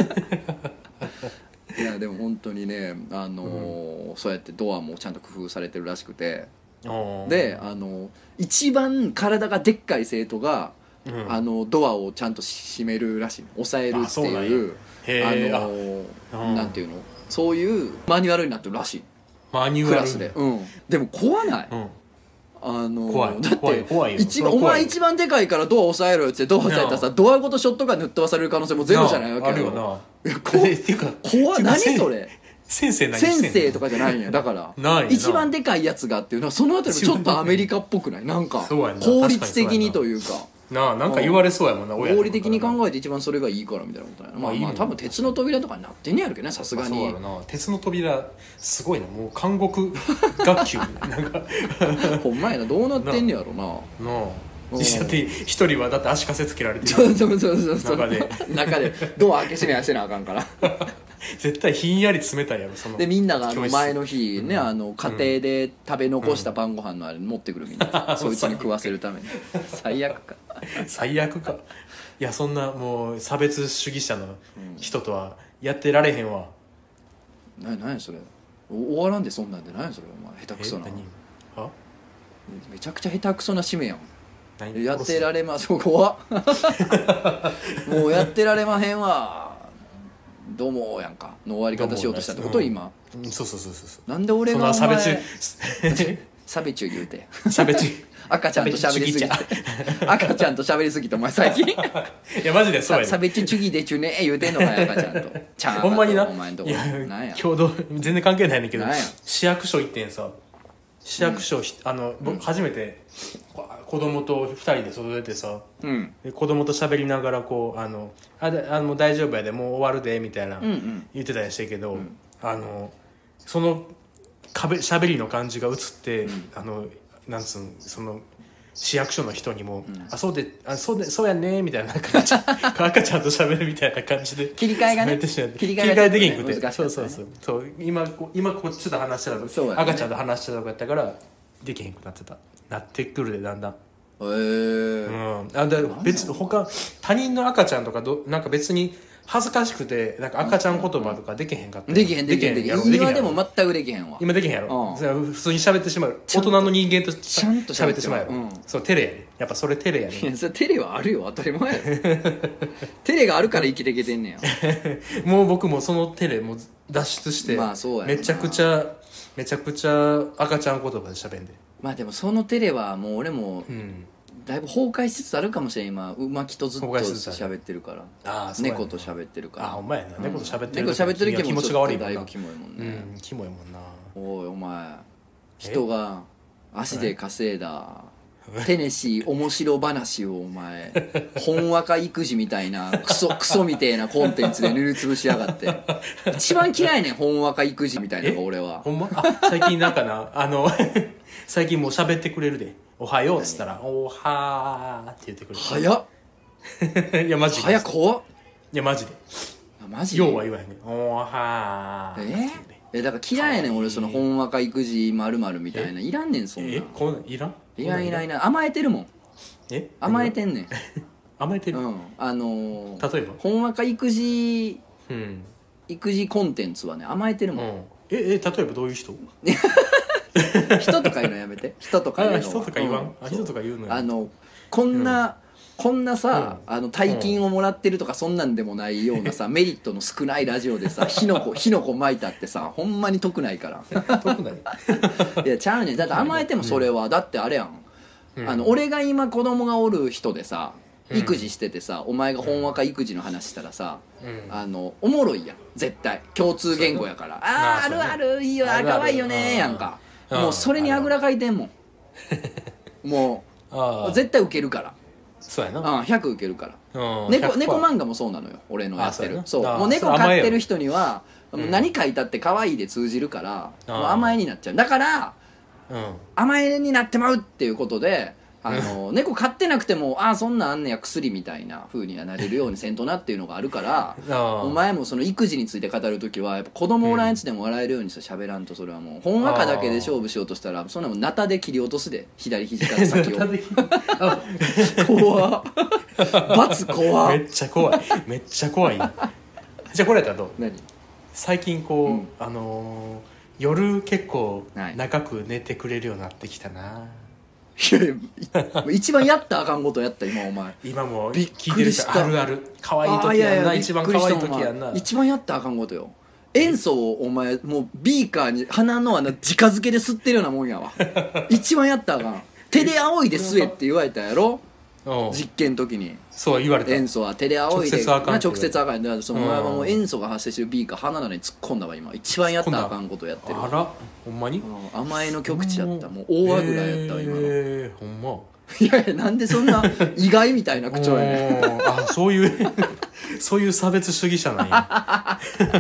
いやでも本当にね、あのーうん、そうやってドアもちゃんと工夫されてるらしくて、で、あの一番体がでっかい生徒が、うん、あのドアをちゃんと閉めるらしい、抑えるっていう、あのー、なんていうの、そういうマニュアルになってるらしい、
マニュアル
クラスで、うん、でも怖ない、うん、あの
怖い、
だって
怖い怖いよ、
一番お前一番でかいからドア押さえろよってドア押さえたらさ、ドアごとショットガンで塗っ飛ばされる可能性もゼロじゃないわけよ。
あるよな。
いや怖い、怖い、何それ、
先生何してんの？
先生とかじゃないんや。だから一番でかいやつがっていうのはそのあたりもちょっとアメリカっぽくない？なんか効率的にというか
なあ、なんか言われそうやもんな、
合理的に考えて一番それがいいからみたいなことやな。まあまあ多分鉄の扉とかになってんねやるけどね、さすがに。
そうやろな、鉄の扉すごいな、もう監獄学級なんか
ほんまやな、どうなってんねやろな。なあ、
一人はだって足かせつけられてる、
そうそうそうそう、
中で
中でドア開け閉めはしてなあかんから
絶対ひんやり冷たいやろ、その
でみんながあの前の日ね、うん、あの家庭で食べ残した晩ご飯のあれ持ってくるみんな、うん、そいつに食わせるために最悪か
最悪か。いや、そんなもう差別主義者の人とはやってられへんわ。
な何やそれ、終わらんでそんなんで何やそれ、お前下手くそな、
は
めちゃくちゃ下手くそな締めやん。やってられまそこはもうやってられまへんわどうもやんかの終わり方しようとしたってこと、うん、今、
うん、そうそうそうそう、
なんで俺がお前
差別
差別言うて
差別
赤ちゃんと喋りすぎて赤ちゃんと喋りすぎてお前最近い
やマジでそうやね、
差別主義でちゅね言うてんのかよ赤ちゃんとちゃん
ほんまにな、
お前んとこいや
共同全然関係ないねんけど、市役所行ってんさ、市役所、うん、あの僕初めて子供とふたりで外出てさ、うん、で子供と喋りながらこうあのああの大丈夫やでもう終わるでみたいな、うんうん、言ってたりしてけど、うん、あのその喋りの感じが映って、うん、あのなんつうのその市役所の人にも、うん、あそうであそうでそうやねみたいな感じ赤ちゃんと喋るみたいな感じで
切り替えがね
切り替えできんくて、ね、そうそうそうそう今今こっちと話してたと、ね、赤ちゃんと話してたとかやったからできへんくなってたなってくるでだんだん。へ
えー、
うん、あだ別他他人の赤ちゃんとかどなんか別に恥ずかしくてなんか赤ちゃん言葉とかできへんかった、
できへんできへんできへん今でも全くできへんわ。
今できへんやろ、うん、普通に喋ってしまう大人の人間とちゃんと喋ってしまうやろ、うん、そう照れやねやっぱそれ照れやね
いやそれ照れはあるよ当たり前や照れがあるから生きていけてんねや
もう僕もその照れも脱出して、まあそうやめちゃくちゃめちゃくちゃ赤ちゃん言葉で喋んで。
まあでもその照れはもう俺もだいぶ崩壊しつつあるかもしれん今馬木とずっと
崩壊しつつある
喋ってるから
ああそうやな
猫と喋ってるから
あほんまやな、
うん
猫と喋ってる
猫と喋ってる時も
気持ちが悪いもんな
だいぶキモいもんね、
うんキモいもんな
おいお前人が足で稼いだテネシー面白話をお前ほんわか育児みたいなクソクソみたいなコンテンツで塗りつぶしやがって一番嫌いねんほんわか育児みたいなのが俺は
ほんまあ最近なんかなあの最近もう喋ってくれるでおはようっつったらおはーって言ってくれる
早っ
いやマジで
早っ怖っ
いやマジで
あマジで
ようは言わへんねんおはーって言うね
ええだから嫌いやねん俺そのほんわか育児まるまるみたいないらんねんそんな
え
ん
こんなんいらん
いらんいらんいらん甘えてるもん
え
甘えてんねん
甘えてる、
うんあのー、
例えば
ほんわか育児
うん、
育児コンテンツはね甘えてるもん、
うん、ええ例えばどういう人
人とか言うのやめて人とか言う
あ
のは
人とか言わん、
う
あ人とか言うのよ
あのこんな、こんなさ、あの大金をもらってるとかそんなんでもないようなさ、メリットの少ないラジオでさ火の粉火の粉巻いたってさほんまに得ないから
得ない
いやちゃうねんだって甘えてもそれは、だってあれやん、
うん
あの俺が今子供がおる人でさ育児しててさ、お前がほんわか育児の話したらさ、
うん
あのおもろいやん絶対共通言語やからあーあるあるいいよあ
あるある
かわいいよねやんか
うん
もうそれにあぐらかいてんもんも
あ
う絶対ウケるから
そうやな、
うんひゃくウケるから
うん、
猫
ひゃくパーセント
猫漫画もそうなのよ俺のやってる
あそうやなあ
そうもう猫
それ甘えよ
飼ってる人には
うん
もう何書いたって可愛いで通じるから
あ
もう甘えになっちゃうだから
うん
甘えになってまうっていうことであの猫飼ってなくてもああそんなんあんねや薬みたいな風にはなれるようにせんとなっていうのがあるから
あ
お前もその育児について語る時はやっぱ子供おらんやつでも笑えるようにして喋らんとそれはもうほんわかだけで勝負しようとしたらそんなもんナタで切り落とすで左肘から先を
あ
怖っ罰怖っ
めっちゃ怖いめっちゃ怖いじゃあこれやったらどう
何
最近こう、
うん
あのー夜結構
はい
長く寝てくれるようになってきたな、
いやいやい一番やったらあかんことやった今お前
今も
びっ
聞いてる人
くりした
あるある可愛い時
あー
やんな
びっ
一番
くりした
可愛い時やんな
お前一番やったらあかんことよ塩素をお前もうビーカーに鼻の穴直づけで吸ってるようなもんやわ一番やったらあかん手で仰いで吸えって言われたやろ
うん
実験の時に
そう言われた
塩素は手で仰いで
直接あかんって
直接あかんだからそのお前はも
う
うん塩素が発生してるビーカー鼻の穴に突っ込んだわ今一番やったらあかんことやってる
あらほんまに
うん甘えの極致やったもう大あぐらやったわ今の
えー、ほんま
いやいやなんでそんな意外みたいな口調やねん
おーあそういうそういう差別主義者なんや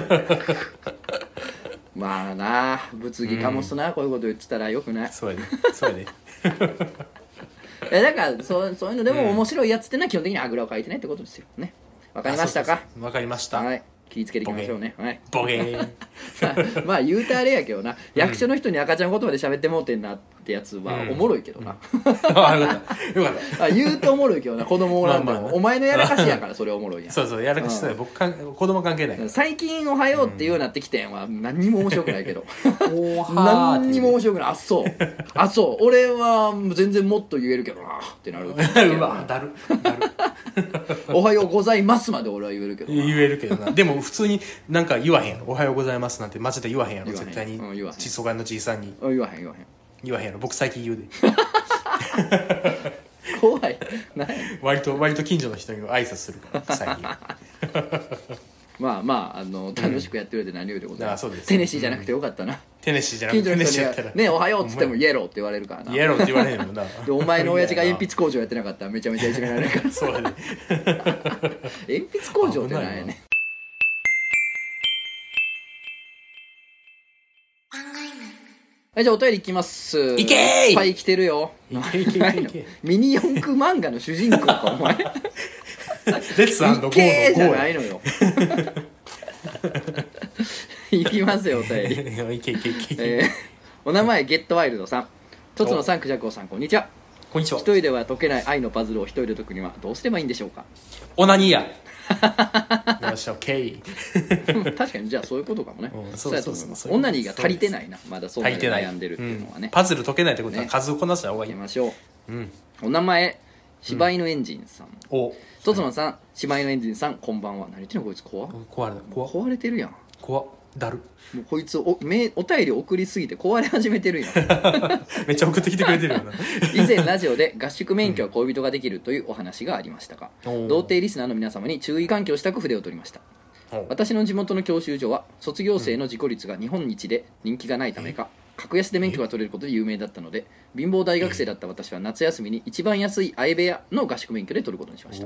まあな物議かもすな、こういうこと言ってたらよくない
そうやでそうやで
えだからそうそういうのでも面白いやつってのは基本的にあぐらをかいてないってことですよねわかりましたか
わかりました、
はい気ぃつけていきましょうねはい
ボケーン
まあ言うたあれやけどな、役所の人に赤ちゃん言葉で喋ってもうてんなってやつは
うん
おもろいけどな、
あよかったよかった
あ言うとおもろいけどな子供おらんでも、
まあまあね
お前のやらかしやからそれおもろいやん
そうそうやらかしたら僕かん子供関係ないから
最近おはようって言うようになってきてんは何にも面白くないけど
おは
何にも面白くないあそうあそう俺は全然もっと言えるけどなってなる
うわだるだる
おはようございますまで俺は言えるけどな
言えるけどなでも普通になんか言わへんやろおはようございますなんてマジで言わへんやろ
言わへん
絶対に
うん言わへん
ちそがのじいさんに
あ言わへん言わへん
言わへんやろ僕最近言うで
怖い何や
割と割と近所の人に挨拶するから最近
まあまああの楽しくやってるようで何よりでございます、
あそうです
テネシーじゃなくてよかったな、
テネシーじゃなくてテ
近所の人には
ネシーやったら
ねおはようっつってもイエローって言われるからな
イエローって言われへんもんな
でお前の親父が鉛筆工場やってなかったらめちゃめちゃいじめられるから
そうやで
鉛筆工場ってなんやねはいじゃあお便りいきます
いけーい
いっぱい来てるよ
いけいけいけいけ
ミニ四駆漫画の主人公かお前
レッツゴーのゴ
いけーじゃ
ー
ないのよいきますよお便り、
やいけいけいけいけ
えーお名前ゲットワイルドさんとつのさんクジャクオさんこんにちは
こんにちは
一人では解けない愛のパズルを一人で解くにはどうすればいいんでしょうか
オナニーやよしオッケー
確かにじゃあそういうことかもね、
うん
そうやと思います
そうそうそう
女にが足りてないなまだそんなに
足りてない
悩んでるっていうのはね
ん、パズル解けないってことは
ね
数をこなした方がいい、
いきましょう
うん
お名前柴犬エンジンさん、
お
とつのさん柴犬エンジンさんこんばんは何言ってんのこいつ怖っ
壊れた怖っ
壊れてるやん
怖っだる
もうこいつおめお便り送りすぎて壊れ始めてるやん
めっちゃ送ってきてくれてるよな
以前ラジオで合宿免許は恋人ができるというお話がありましたが、うん、童貞リスナーの皆様に注意喚起をしたく筆を取りました。私の地元の教習所は卒業生の事故率が日本一で人気がないためか、格安で免許が取れることで有名だったので、貧乏大学生だった私は夏休みに一番安い相部屋の合宿免許で取ることにしました。うん、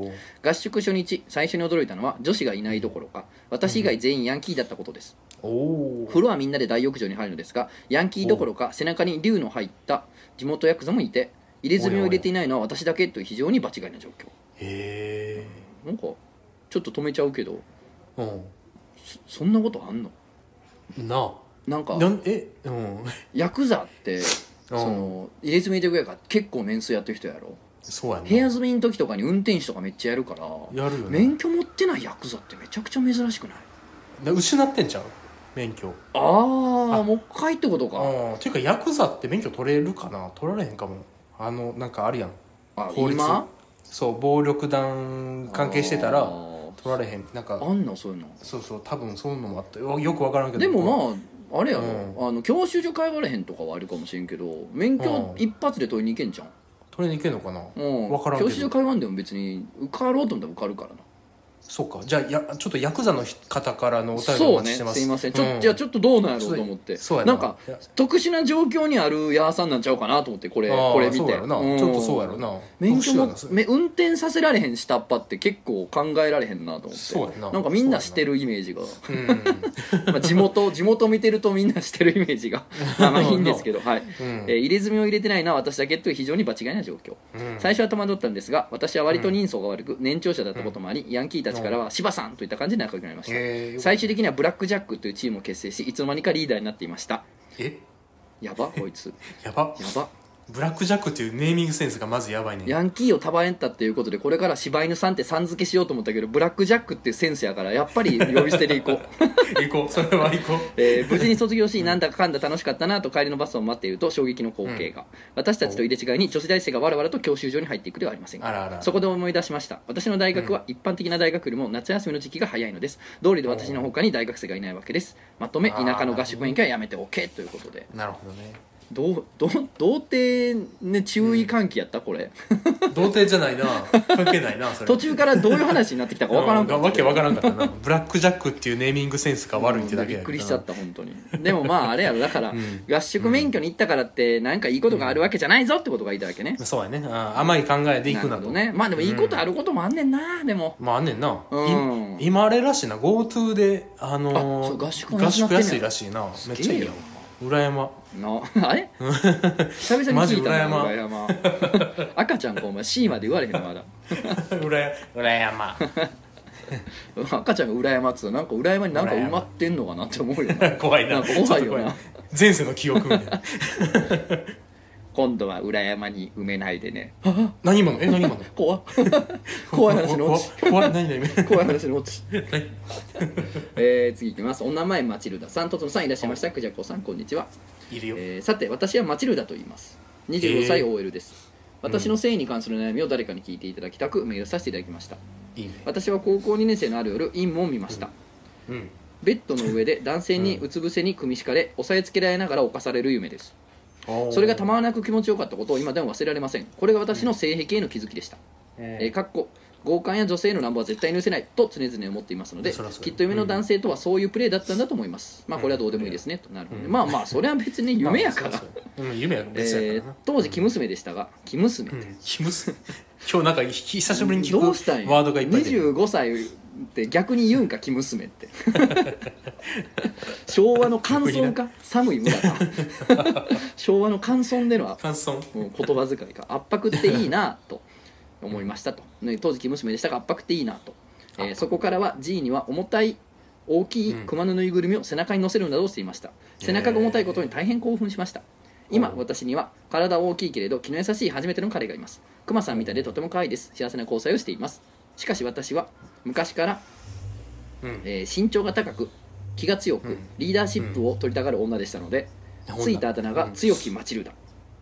合宿初日最初に驚いたのは女子がいないどころか私以外全員ヤンキーだったことです。お風呂はみんなで大浴場に入るのですが、ヤンキーどころか背中に竜の入った地元ヤクザもいて、入れ墨を入れていないのは私だけという非常に場違いな状況。へえ。なんかちょっと止めちゃうけど、うん、そ, そんなことあんの
なあ。
なんか
なんえ、うん、
ヤクザってその入れ墨というか結構年数やってる人やろ。
そうやな。
部屋住みの時とかに運転手とかめっちゃやるから、
やるよね。
免許持ってないヤクザってめちゃくちゃ珍しくない？
失ってんちゃう免許。
ああもう一回ってことか。
あっていうかヤクザって免許取れるかな。取られへんかも。あのなんかあるやん、
あ今
そう暴力団関係してたら取られへん。なんか
あんのそういうの。
そうそう多分そういうのもあったよ。よく分からんけど。
でもまああれやろ、うん、あの教習所通われへんとかはあるかもしれんけど、免許一発で取りに行けんじゃん。
取りに行けんのかな。
うん
分からんけど。
教習所通わんでも別に受かろうと思ったら受かるからな。
そうか。じゃあやちょっとヤクザの方からのお便りをお待ちしてます。
そうね、すいません。ちょ、うん、じゃあちょっとどうなんやろうと思って。そうやな。なんか特殊な状況にあるヤーさんなんちゃうかなと思って、これこれ見て。そうやろな、うん、
ちょっとそうやろな。
免許も運転させられへん下っ端って結構考えられへんなと思って。そうやな。なんかみんなしてるイメージが、うんまあ地元地元見てるとみんなしてるイメージがまあまあいいんですけど、はい。うん、えー、入れ墨を入れてないのは私だけという非常に場違いな状況。うん、最初は戸惑ったんですが、私は割と人相が悪く年長者だったこともあり、ヤンキーたちからは柴さんといった感じで仲良くなりました。最終的にはブラックジャックというチームを結成し、いつの間にかリーダーになっていました。えやばこいつ
やば
やば。
ブラックジャックっていうネーミングセンスがまずやばいね。
ヤンキーを束ねたっていうことで、これから柴犬さんってさん付けしようと思ったけど、ブラックジャックっていうセンスやからやっぱり呼び捨てでいこう
行こう、それは行こう、
えー、無事に卒業し、なんだかかんだ楽しかったなと帰りのバスを待っていると衝撃の光景が、うん、私たちと入れ違いに女子大生がわらわらと教習所に入っていくではありませんか。あらあら。そこで思い出しました。私の大学は一般的な大学よりも夏休みの時期が早いのです。道理で私の他に大学生がいないわけです。まとめ、田舎の合宿免許はやめておけということで。
なるほどね。
どうど童貞ね、注意喚起やった、これ
童貞じゃないな、関係ないなそれ。
途中からどういう話になってきたかわからんかった。
わけわからんかったなブラックジャックっていうネーミングセンスが悪いってだけや
びっくりしちゃった本当に。でもまああれやろ、だから、うん、合宿免許に行ったからって何かいいことがあるわけじゃないぞってことが言いたわけね、
うん、そうやね。あ甘い考えでいくなと。
ね、まあでもいいことあることもあんねんな、うん、でも
まああんねんな、うん、今あれらしいな GoTo であのー、合宿安いらしいな。めっちゃいいよ裏山
のあれ久々に聞いたな。裏山赤ちゃんかお前 C まで言われへんのまだ
裏, 裏山
赤ちゃんが裏山っつったらなんか裏山になんか埋まってんのかなって思うよな
怖いな。
なんか怖いよな
前世の記憶みたいな
今度は裏山に埋めないでね。
何今のえ何今の
怖怖い話のオチ
怖い何何
怖い話のオチえー、次いきます。お名前マチルダさん、とつのさんいらっしゃいました。クジャコさんこんにちは。
いるよ、
えー、さて私はマチルダと言います。にじゅうごさい オーエル です。私の性に関する悩みを誰かに聞いていただきたくメールさせていただきました。いいね。私は高校にねん生のある夜陰夢を見ました、うんうん、ベッドの上で男性にうつ伏せに組み敷かれ押さえつけられながら侵される夢です。それがたまらなく気持ちよかったことを今でも忘れられません。これが私の性癖への気づきでした。えー、かっこ強姦や女性の乱暴は絶対に許せないと常々思っていますので、きっと夢の男性とはそういうプレーだったんだと思います。まあこれはどうでもいいですねと。なるほど、ね、まあまあそれは別に夢やから
夢や別やからな。
当時生娘でしたが、生娘って
生娘今日なんか久しぶりに聞くワードがいっぱい出る。
にじゅうごさいって逆に言うんか生娘って昭和の寒村か寒い村か昭和の寒村での
寒村
言葉遣いか。圧迫っていいなと思いましたと、ね、当時生娘でしたが圧迫っていいなと、えー、そこからは G には重たい大きい熊のぬいぐるみを背中に乗せるなどをしていました。背中が重たいことに大変興奮しました。今私には体大きいけれど気の優しい初めての彼がいます。クマさんみたいでとても可愛いです。幸せな交際をしています。しかし私は昔から、うんえー、身長が高く気が強く、うん、リーダーシップを取りたがる女でしたので、うん、ついたあだ名が強きマチルダ、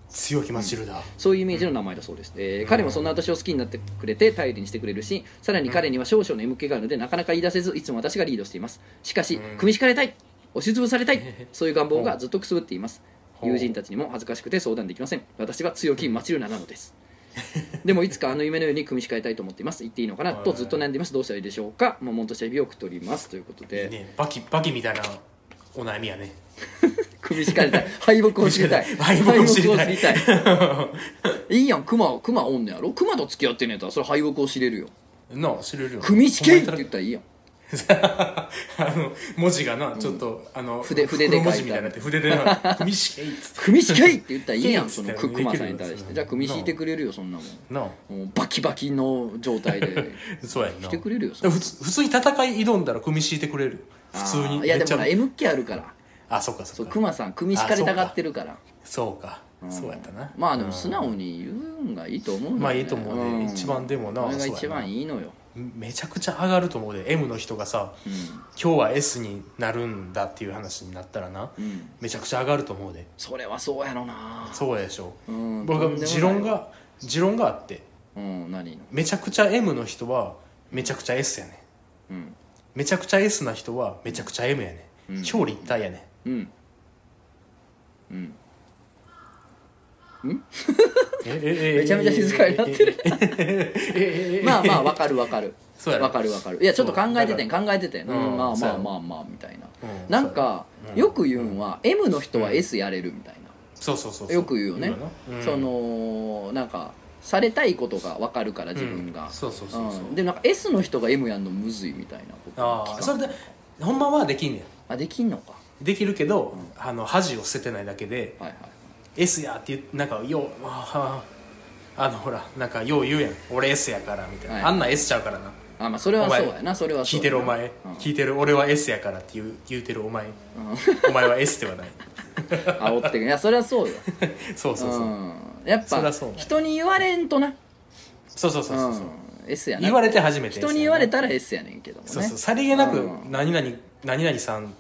強気マチルダ、うん、
そういうイメージの名前だそうです、えー、彼もそんな私を好きになってくれて頼りにしてくれるし、さらに彼には少々の エムケー があるのでなかなか言い出せずいつも私がリードしています。しかし、うん、組み敷かれたい、押しつぶされたいそういう願望がずっとくすぶっています。友人たちにも恥ずかしくて相談できません。私は強気マチルダなのですでもいつかあの夢のように組み敷かれたいと思っています。言っていいのかなとずっと悩んでいます。どうしたらいいでしょうか。悶々とした日々を送っておりますということで、
いいね、バキバキみたいなお悩みやね
組み敷かれたい、敗北を知りたい
敗北を知りたい
いいやん、クマクマおんねやろ。クマと付き合ってんねやったらそれ敗北を知れるよ
なあ、知れるよ。
組み敷けって言ったらいいやん
あの文字がなちょっと、うん、あの
筆筆で書いた
文字みたいになって筆でな組み敷けいっつって
組み敷けって言ったらいいやんそのクマさんに対して。じゃあ組み敷いてくれるよそんなもん
なあ、
もうバキバキの状態で
そうやんな
してくれるよ。
普通普通に戦い挑んだら組み敷いてくれる普通に。
いやでもな エムケー あるから。
あ、そっかそっか。
クマさん組み敷かれたがってるから。
そうか、うん、そうやったな。
まあでも素直に言うんがいいと思う、ね、
まあいいと思うね、うん、一番でもな
それが一番いいのよ。
めちゃくちゃ上がると思うで エム の人がさ、うん、今日は エス になるんだっていう話になったらな、うん、めちゃくちゃ上がると思うで。
それはそうやろな。
そうやでしょ、うん、
僕
は持論が持論があって、
うん、何の
めちゃくちゃ エム の人はめちゃくちゃ エス やね、うん、めちゃくちゃ エス な人はめちゃくちゃ エム やね、うん、表裏一体やね。うん
うんん
え
めちゃめちゃ静かになってるまあまあわかるわかるわかるわかる。いやちょっと考えててん考えててん、うん、まあまあまあまあみたいな、うん、なんか、うん、よく言うんは、うん、エム の人は エス やれるみたいな、
そうそうそう
よく言うよね、うん、そのなんかされたいことが分かるから自分が、
そうそうそうそう、
でなんか エス の人が エム やんのむずいみたいなこと。
ああ、それでほんまはできんねん。
あ、できんのか。
できるけど、うん、あの恥を捨ててないだけで、
はいはい、
S やって言う、なんかようああのほらなんかよう言うやん、俺 S やからみたいな、はい、あんな S ちゃうからな。
あ、まあそれはそうやな。それは
そう聞いてるお前、うん、聞いてる俺は S やからって言う言うてるお前、うん、お前は S ではない
煽ってく。いやそれはそうよ
そうそうそう、うん、
やっぱ人に言われんとな。
そうそうそうそう、うん、
S やな。
言われて初めて S
人に言われたら S やねんけどもね。
そうそう、さりげなく、うん、何々何々さんって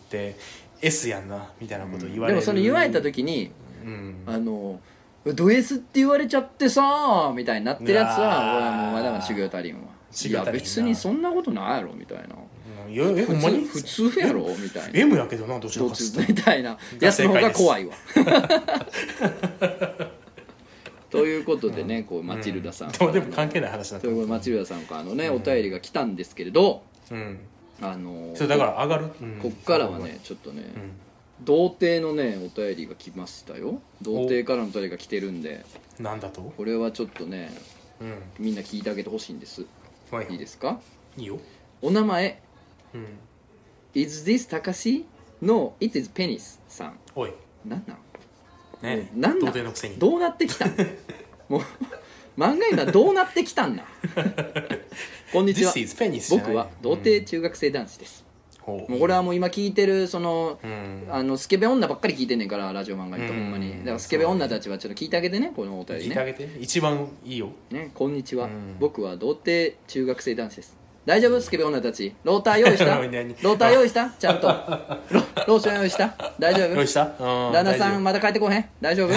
S やんなみたいなこと言われる、
うん、でもその言われた時に、うん、あのド S って言われちゃってさみたいになってるやつは俺はもうまだまだ修行足りんわ。いや別にそんなことないやろみたいな、うん、いやえほんまに普通やろみたいな。
M やけどなどちらかっつって
みたいなやつの方が怖いわということでね、こうマチルダさん、
どうでも関係ない話だった。
ということでマチルダさんからのね、お便りが来たんですけれど、うん、あのー、
それだから上がる、
うん、こっからはねちょっとね、うん、童貞のねお便りが来ましたよ。童貞からのお便りが来てるんで、
なんだと
これはちょっとね、うん、みんな聞いてあげてほしいんです、はい、いいですか。
いいよ。
お名前、うん、Is this Takashi? No, it is Penis さん。
おい
なんなん
ね、
なん
童貞のくせに
どうなってきたんもう漫画今どうなってきたんだこんにちは、僕は童貞中学生男子です、うん、もうこれはもう今聞いてるその、うん、あのスケベ女ばっかり聞いてんねんから、ラジオ漫画にと、ほんまにだからスケベ女たちはちょっと聞いてあげてね、このお便りね。
聞いてあげて、一番いいよ、
ね、こんにちは、うん、僕は童貞中学生男子です。大丈夫スケベ女たち、ローター用意したローター用意したちゃんと ロ, ローション用意した大丈夫
用意した
旦那さんまだ帰ってこへん大丈夫、うん、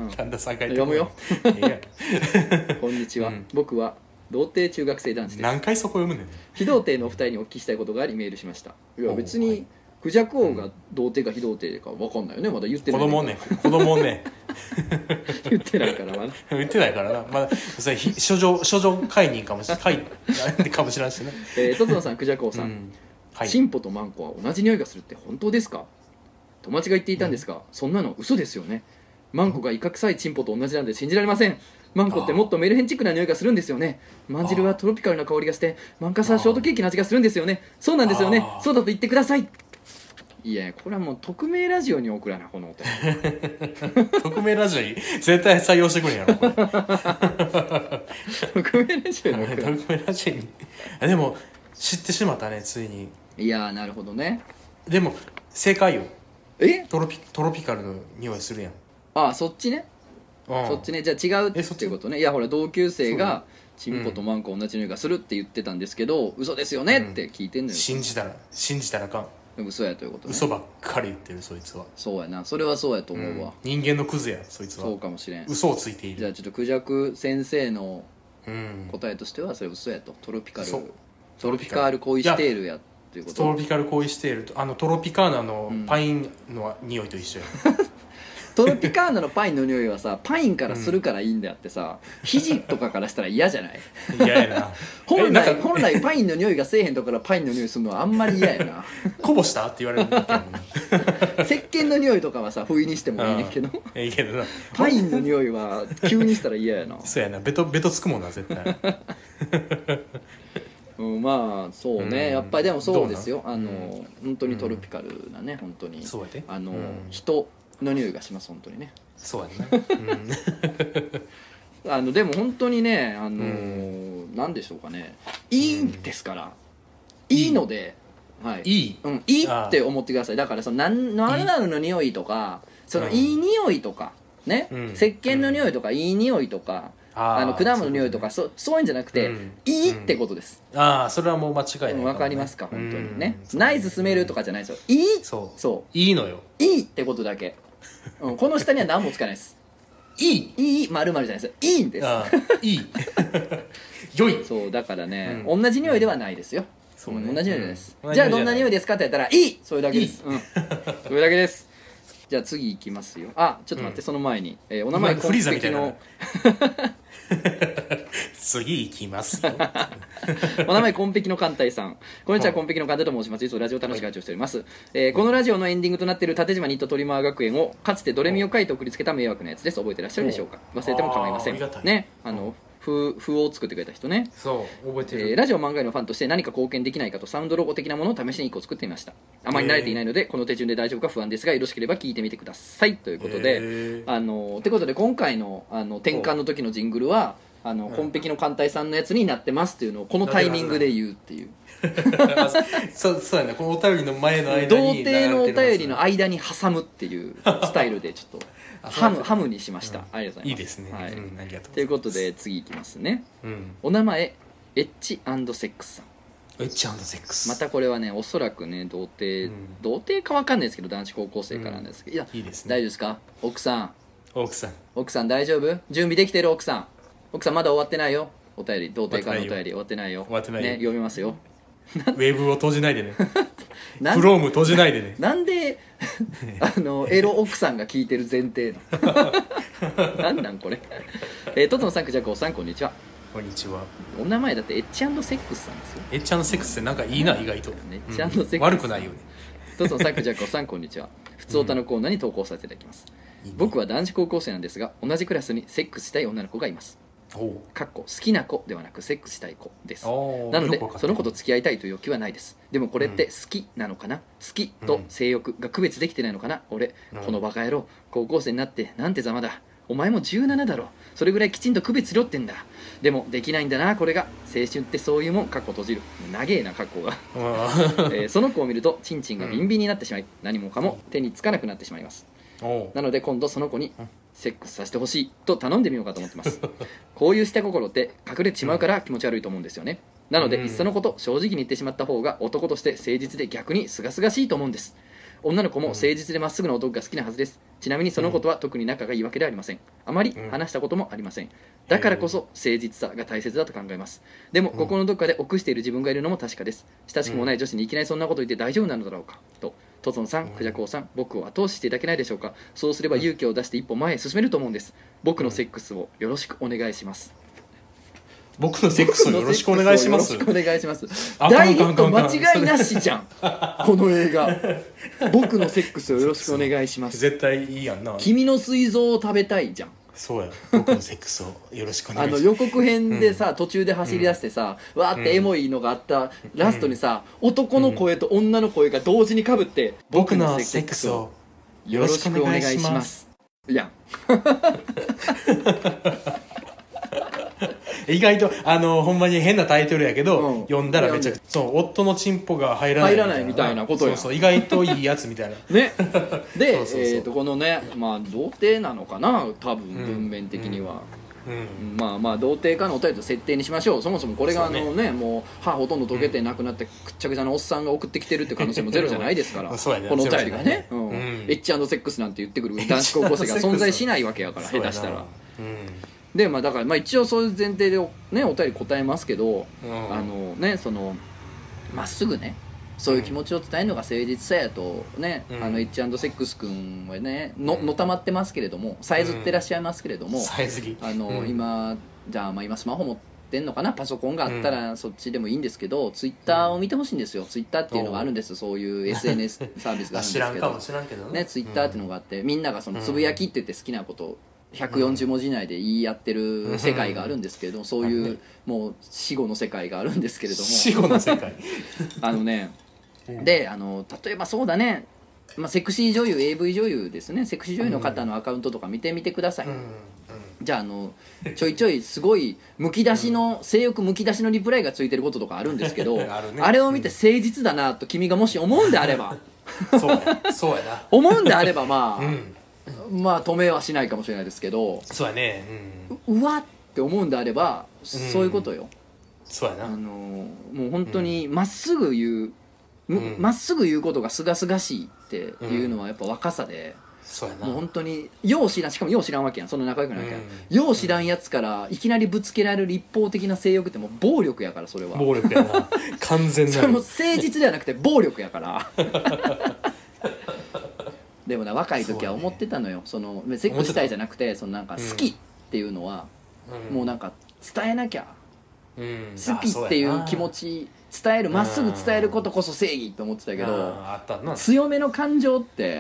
旦那さん帰ってこへん
読むよこんにちは、うん、僕は童貞中学生男子です。
何回そこ読むねん。
非童貞のお二人にお聞きしたいことがありメールしました。いや別にクジャク王が童貞か非童貞か分かんないよね、まだ言ってない。
子供ね子供ね
言ってないからまだ
言ってないからな、まだそれ処女処女解任かもしれないかもしれないしね。
えー、とつのさん、クジャク王さん、うんはい、チンポとマンコは同じ匂いがするって本当ですか。友達が言っていたんですが、うん、そんなの嘘ですよね。マンコがイカ臭いチンポと同じなんで信じられません。マンコってもっとメルヘンチックな匂いがするんですよね。マンジルはトロピカルな香りがしてマンカサはショートケーキの味がするんですよね。そうなんですよね。そうだと言ってください。いやこれはもう匿名ラジオに送らなこのお便り
匿名ラジオに絶対採用してくれんやろこれ
匿名ラジオに送ら
匿名ラジオにでも知ってしまったねついに。
いやなるほどね。
でも正解よ。
え
トロピトロピカルの匂いするやん。
ああそっちね、うん、そっちね。じゃあ違うっていうことね。いやほら同級生がチンポとマンコ同じ匂いがするって言ってたんですけど、うん、嘘ですよねって聞いてんのよ、うん、
信じたら信じたらあかん。
嘘やということね。
嘘ばっかり言ってるそいつは。
そうやな、それはそうやと思うわ、
うん、人間のクズやそいつは。
そうかもしれん。
嘘をついている。
じゃあちょっとクジャク先生の
うん
答えとしてはそれ嘘やと。トロピカル
そう
トロピカール恋しているやっていうこと。
トロピカル恋していると、あのトロピカーナのパインの匂いと一緒や、
トロピカーナのパインの匂いはさ、パインからするからいいんであってさ、肘とかからしたら嫌じゃない？
嫌やな
本
えなんか
来本来パインの匂いがせえへんとこからパインの匂いするのはあんまり嫌やな。
こぼしたって言われるけどな
石鹸の匂いとかはさ不意にしてもいいねんけど、
うんいいけどな。
パインの匂いは急にしたら嫌やな。
そうやな、ベトベトつくもんな絶対
うん、まあそうね、
うん
やっぱりでもそうですよ、
どうなん
あの、本当にトロピカルなね、本当に
そうやで
あの、
うん
人の匂いがします本当にね。
そうやな、うん、
あのでも本当にね、あの
う
なんでしょうかね、いいんですから、いいので、はい、
いい
うん、いいって思ってください。だからそのなんのあるなるの匂いとか、その
うん
いい匂いとかね、
うん
石鹸の匂いとか、いい匂いとか、
あー
あの果物の匂いとか、そうそういうんじゃなくて、
うん
いいってことです。
ああそれはもう間違いないかもね。
わかりますか本当にね、
うん
ナイススメルとかじゃないですよ。いい、
そう
そう
いいのよ。
いいってことだけ、うん、この下には何もつかないです。
いい
いい丸々じゃないですよ、いいんです。
ああいい良い。
そうだからね、
う
同じ匂いではないですよ。
そうね
ん同じ匂いです、
うん
じゃあどんな匂いですかって言ったら、いい、それだけです。
いい
うん、それだけです。じゃあ次いきますよ。あ、ちょっと待って、
うん
その前に、えーお名前
今フリーザみたいな
の
次行きますよ
お名前コンペキの艦隊さん、こんにちは、コンペキの艦隊と申します。いつもラジオ楽しく拝聴しております、えーこのラジオのエンディングとなっている縦島ニットトリマー学園をかつてドレミを書いて送りつけた迷惑なやつです。覚えてらっしゃるでしょうか。忘れても構いません
あーありがたい
ね。あの風風を作ってくれた人ね。
そう覚えてる、
えーラジオ漫画へのファンとして何か貢献できないかとサウンドロゴ的なものを試しにいっこ作ってみました。あまり慣れていないのでこの手順で大丈夫か不安ですがよろしければ聞いてみてくださいということで、
へー
あのってことで今回のあの転換の時のジングルはあの、コンペキの艦隊さんのやつになってますっていうのをこのタイミングで言うっていう
そうそうやね、このお便りの前の間
童
に
貞のお便り
の
の間に挟むっていうスタイルでちょっとハムハムにしました、ありがとうございます。
いいですね、
はい
うん、ありがとうございます。
ということで次いきますね。
うん、
お名前エッチ&セックスさん。
エッチ&セックス
またこれはねおそらくね童貞、
うん
童貞かわかんないですけど男子高校生からなんですけど、いや
いいですね。
大丈夫ですか奥さん。
奥さん
奥さん大丈夫？準備できてる？奥さん奥さんまだ終わってないよ。お便り童貞からのお便り終わってないよ。
終わってないよ
ね、読みますよ。
ウェブを閉じないでね
なん
クローム閉じないでね
なんであのエロ奥さんが聞いてる前提のなんなんこれ、えー、トトのさんくじゃこさんこんにちは。
こんにちは。
お名前だってエッチ&セックスさんですよ。
エッチ&セックスってなんかいいな意外と。
エッチ&セックス、
うん悪くないよね。
トトのさんくじゃこさんこんにちは。普通オタのコーナーに投稿させていただきます、
いいね
僕は男子高校生なんですが同じクラスにセックスしたい女の子がいます。
おう
かっこ好きな子ではなくセックスしたい子です。
おう
なので
よくわかった
その子と付き合いたいという欲求はないです。でもこれって好きなのかな、好きと性欲が区別できてないのかな、俺
うん
このバカ野郎、高校生になってなんてざまだ。お前もじゅうななだろ、それぐらいきちんと区別しろってんだ。でもできないんだなこれが青春ってそういうもん、かっこ閉じる、長えな過去が、えーその子を見るとチンチンがビンビンになってしまい何もかも手につかなくなってしまいます。
おう
なので今度その子にセックスさせてほしいと頼んでみようかと思ってますこういう下心って隠れてしまうから気持ち悪いと思うんですよね。なので、
うん
いっそのこと正直に言ってしまった方が男として誠実で逆に清々しいと思うんです。女の子も誠実でまっすぐな男が好きなはずです。ちなみにその子とは特に仲がいいわけではありません。あまり話したこともありません。だからこそ誠実さが大切だと考えます。でもここのどっかで臆している自分がいるのも確かです。親しくもない女子にいきなりそんなこと言って大丈夫なのだろうかと、トトンさん、クジャコウさん、僕を後押ししていただけないでしょうか。そうすれば勇気を出して一歩前へ進めると思うんです。僕のセックスをよろしくお願いします。
僕のセックスをよろしくお願いします。
よろしくお願いします
あ
大ヒット
かんかんかんかん
間違いなしじゃんこの映画。僕のセックスをよろしくお願いします
絶対いいやんな。
君の膵臓を食べたいじゃん。
そうや。僕のセックスをよろしくお願
あ
いします。
の予告編でさ、途中で走り出してさ、わーってエモいのがあったラストにさ、男の声と女の声が同時にかぶって、
僕のセックスを
よろしくお願いしますいやん
意外とあのほんまに変なタイトルやけど、
うん
読んだらめちゃくちゃそう夫のチンポが入らない
入らないみたいなことや
そうそう意外といいやつみたいな
ねで
そうそうそう
えーとこのねまあ童貞なのかな多分
うん
文面的には、
うん、
まあまあ童貞化のお便りと設定にしましょう。そもそもこれがあのね、もう歯ほとんど溶けてなくなってくっちゃくちゃなおっさんが送ってきてるって可能性もゼロじゃないですから
そうやね、
このお便りがね、
うんうん、
エッチ&セックスなんて言ってくる男子高校生が存在しないわけやから下手したら、
うん、
でまあだからまあ一応そういう前提でねお便り答えますけど、
うん、
あのねそのまっすぐねそういう気持ちを伝えるのが誠実さやとね、うん、あのエッチ&セックス君はね の,、うん、のたまってますけれどもさえずってらっしゃいますけれども、
さえずり
あの、うん、今じゃあまあ今スマホ持ってんのかな、パソコンがあったらそっちでもいいんですけど、うん、ツイッターを見てほしいんですよ。ツイッターっていうのがあるんです、そういう エスエヌエス サービスがあるんですけど
知らんかもしらんけど
ね, ねツイッターっていうのがあって、みんながそのつぶやきって言って好きなことをひゃくよんじゅう文字以内で言い合ってる世界があるんですけれども、そういうもう死後の世界があるんですけれども、
死後の世界
あのねであの例えばそうだね、まあ、セクシー女優 エーブイ 女優ですね、セクシー女優の方のアカウントとか見てみてください、うんうん、じゃあ、あのちょいちょいすごいむき出しの、うん、性欲むき出しのリプライがついてることとかあるんですけどある、ね、あれを見て誠実だなと君がもし思うんであれば
そうやそうやな
思うんであればまあ、うん、まあ止めはしないかもしれないですけど、
そうやね、
うん、う, うわって思うんであればそういうことよ、うん、
そうやな、
あのもう本当にまっすぐ言うま、うん、っすぐ言うことがすがすがしいっていうのはやっぱ若さで、
うん、そうやな、
もう本当によう知らん、しかもよう知らんわけやん、そんな仲良くないわけやん、うん、よう知らんやつからいきなりぶつけられる一方的な性欲ってもう暴力やから、それは
暴力やな完全な
それも誠実ではなくて暴力やからでもな若い時は思ってたのよ、そのセックスしたいじゃなくてそのなんか好きっていうのは、うん、もうなんか伝えなきゃ、うん、好きっていう気持ち伝える、まっすぐ伝えることこそ正義と思ってたけど、強めの感情って、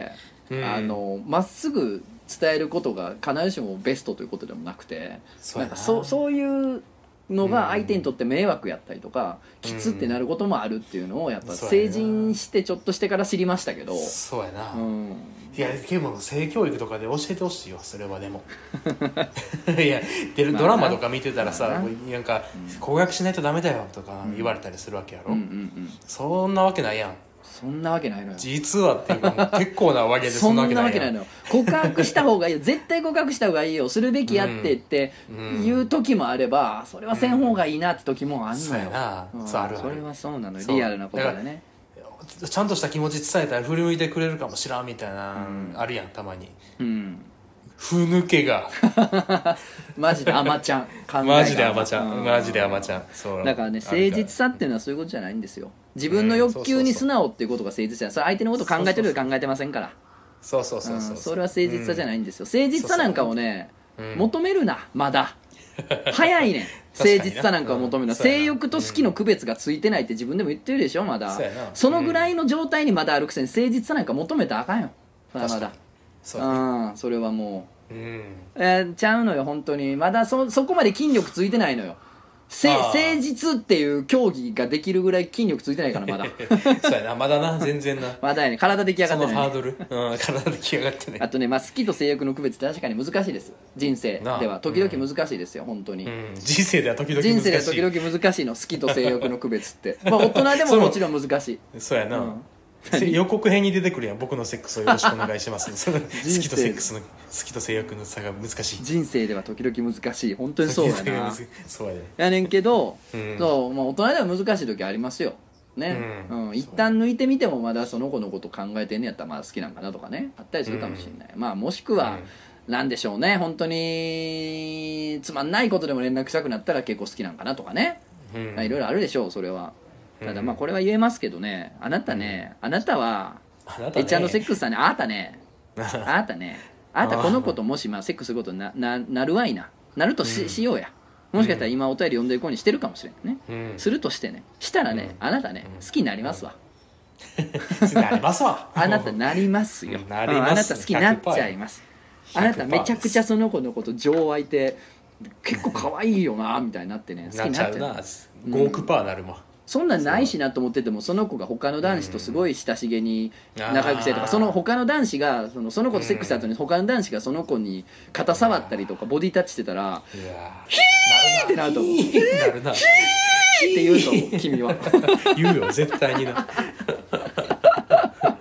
うん、あのまっすぐ伝えることが必ずしもベストということでもなくて、そうなんか そ, そういうのが相手にとって迷惑やったりとか、うん、きつってなることもあるっていうのをやっぱ成人してちょっとしてから知りましたけど、
そうやな、
うん、
いやでも性教育とかで教えてほしいよ、それは。でもいやでドラマとか見てたらさ、まあ、なんか告白しないとダメだよとか言われたりするわけやろ、うんうんうんうん、そんなわけないやん、
そんなわけないのよ、
実はっていうか結構なわけでそんなわけないやん、
そんなわけないのよ、告白した方がいいよ絶対告白した方がいいよ、するべきやってっていう時もあれば、それはせん方がいいなって時もあんのよ、
そうやな、うん、そうあるある、
それはそうなのよ、リアルなことでね、
ちゃんとした気持ち伝えたら振り向いてくれるかもしらんみたいな、うん、あるやんたまに、うん、ふぬけが
マジでアマちゃん
マジでアマちゃん、マジでアマちゃん、そう
だからね、誠実さっていうのはそういうことじゃないんですよ、自分の欲求に素直っていうことが誠実じゃない、それ相手のこと考えてるより考えてませんから、
そうそうそうそう、うん、
それは誠実さじゃないんですよ、誠実さなんかをね、うん、求めるな、まだ早いねん誠実さなんかを求めるのは、性欲と好きの区別がついてないって自分でも言ってるでしょ、まだ そ, そのぐらいの状態にまだあるくせに誠実さなんか求めたらあかんよ、それはまだそう、うん、それはもう、うんえー、ちゃうのよ本当に、まだ そ, そこまで筋力ついてないのよ、誠実っていう競技ができるぐらい筋力ついてないからまだ
そうやな、まだな、全然な
まだやね、体出来上がってない、ね、
そのハードル、うん、体出来上がってない。
あとね、まあ、好きと性欲の区別って確かに難しいです、人生では時々難しいですよ、うん、本当に、うん、
人生では時々難しい、
人生では時々難しいの、好きと性欲の区別ってまあ大人でももちろん難しい
そうやな、うん予告編に出てくるやん、僕のセックスをよろしくお願いしますその好きとセックスの好きと性欲の差が難しい、
人生では時々難しい、本当にそうやな
そうやね
やねんけど、うん、そう、まあ、大人では難しい時ありますよね、うんうん、一旦抜いてみてもまだその子のこと考えてんねやったらまだ好きなんかなとかね、あったりするかもしれない、うん、まあもしくは、うん、なんでしょうね、本当につまんないことでも連絡したくなったら結構好きなんかなとかね、うん、まあ、いろいろあるでしょう、それは。ただまあこれは言えますけどね、あなたね、あなたはエッチ&セックスさんね、あなたねあなたねあなたこの子ともしまあセックスすることに な, な, なるわいななると し,、うん、しようや、もしかしたら今お便り読んでる子にしてるかもしれないね、うん、するとしてね、したらね、うん、あなたね、好きになりますわ
なりますわ
あなたなりますよ、
なります、
あなた好きになっちゃいます、あなためちゃくちゃその子のこと情湧いて結構可愛いよなみたいになってね、好きになっちゃうな、
ごおくパーなるもん、
そんなんないしなと思ってても、その子が他の男子とすごい親しげに仲良くしてとか、その他の男子がそのその子とセックスした後に他の男子がその子に肩触ったりとかボディタッチしてたらヒーってなると思う、ヒー
なるな、
ヒーって言うと思う君は
言うよ絶対にな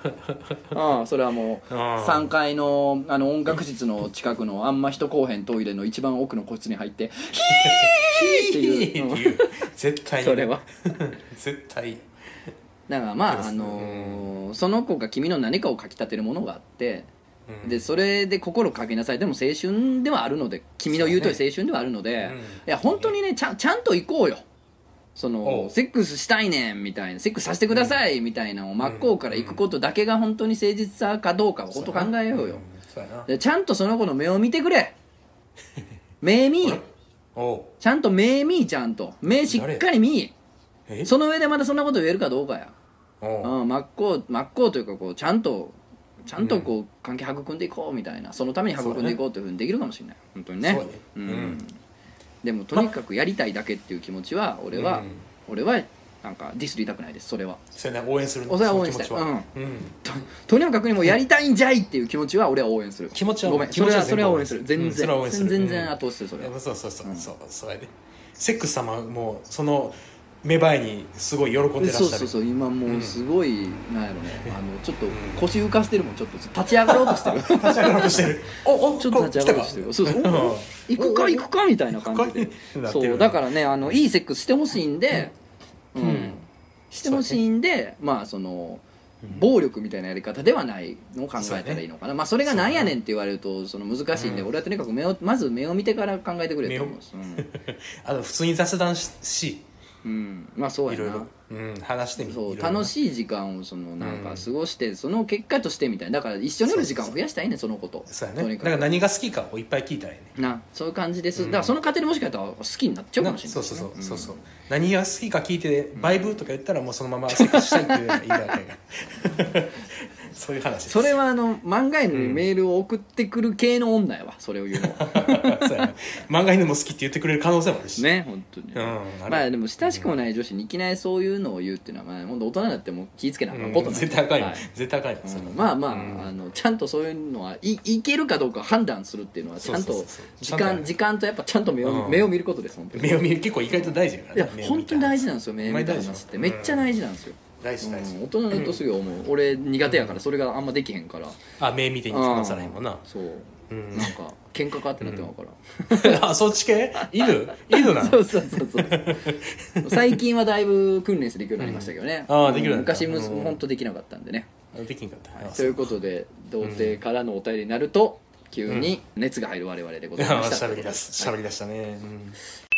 ああそれはもうさんかいのあの音楽室の近くのあんま人来おへんトイレの一番奥の個室に入ってヒーっていう、うん、
絶対
それは
絶対
だからまあ、あのー、その子が君の何かをかき立てるものがあって、うん、でそれで心をかけなさい。でも青春ではあるので、君の言うとり青春ではあるので、うん、いや本当にねちゃん、ちゃんと行こうよ。そのセックスしたいねんみたいな、セックスさせてくださいみたいなのを真っ向から行くことだけが本当に誠実さかどうかを本当考えようよ。でちゃんとその子の目を見てくれ。目見ちゃんと目見ちゃんと目しっかり見。その上でまたそんなこと言えるかどうかや。うん、真っ向真っ向というかこうちゃんとちゃんとこう関係育んでいこうみたいな、そのために育んでいこうというふうにできるかもしれない。本当にね。うん。でもとにかくやりたいだけっていう気持ちは俺は、うん、俺はなんかディスりたくないです。それは
それ、ね、応援する
の。それは応援したい。うん、うん、と, とにかくにもやりたいんじゃいっていう気持ちは俺は応援する。
気持ちは
ごめん、それはそれは応援する。全然、うん、全然後押しする。それは
そうそうそう、うん、そうそれでセックス様もその芽生えにすごい喜んでらっしゃる。
そうそうそう、今もうすごい、うん、なんやろね、あのちょっと腰浮かしてるもん。ちょっと立ち上がろうとしてる
立ち上がろうとしてる
おおちょっと立ち上がろうとしてる。そうそう、行くか行くかみたいな感じでそうだからね、あのいいセックスしてほしいんで、うん、うん、してほしいんで、まあその暴力みたいなやり方ではないのを考えたらいいのかな、ね、まあそれがなんやねんって言われるとその難しいんで、うん、俺はとにかく目をまず目を見てから考えてくれと思うし、うん、
あの普通に雑談しし
うん、まあそうやな、いろいろ、
うん、話してみ
そう楽しい時間をそのなんか過ごして、うん、その結果としてみたいな。だから一緒にいる時間を増やしたいね、そのこと。
そうやね、だから何が好きかをいっぱい聞いたらいいね
な、そういう感じです、うん、だからその過程でもしかしたら好きになっちゃうかもしれない、ね、
そうそうそうそうそう、うん、何が好きか聞いてバイブとか言ったらもうそのままセックスしたいっていうのがいいだけがそういう話です。
それはあの漫画犬にメールを送ってくる系の女やわ、それを言うのは
そうや、ね、漫画犬も好きって言ってくれる可能性もあるし
ね、本当に、うん、まあでも親しくもない女子にいきなりそういうのを言うっていうのは、まあ本当大人になっても気ぃつけなあかんことなんで、
うん、絶対高い、はい、絶対高い、
うん、まあまあ、うん、あのちゃんとそういうのはいいけるかどうか判断するっていうのはちゃんと時間時間とやっぱちゃんと目を、うん、目を見ることです。本当に
目を見る、結構意外と大事だから、
ね、いや本当に大事なんですよ。目見た話ってめっちゃ大事なんですよ。
大事大事、
うん、大人のとすぐ思う、うん、俺苦手やからそれがあんまできへんから、
あ目見てに話さないもんな。
そう、うん、なんか喧嘩かってなってまうから、
うん、あそっち系犬犬なの
そうそうそうそう最近はだいぶ訓練してできるようになりましたけどね、
うん、あできるようになった。
昔む本当できなかったんでね。
できんかった、
はい、ということで童貞からのお便りになると急に熱が入る我々でございました。
喋、うん、り出し喋り出したね、うん。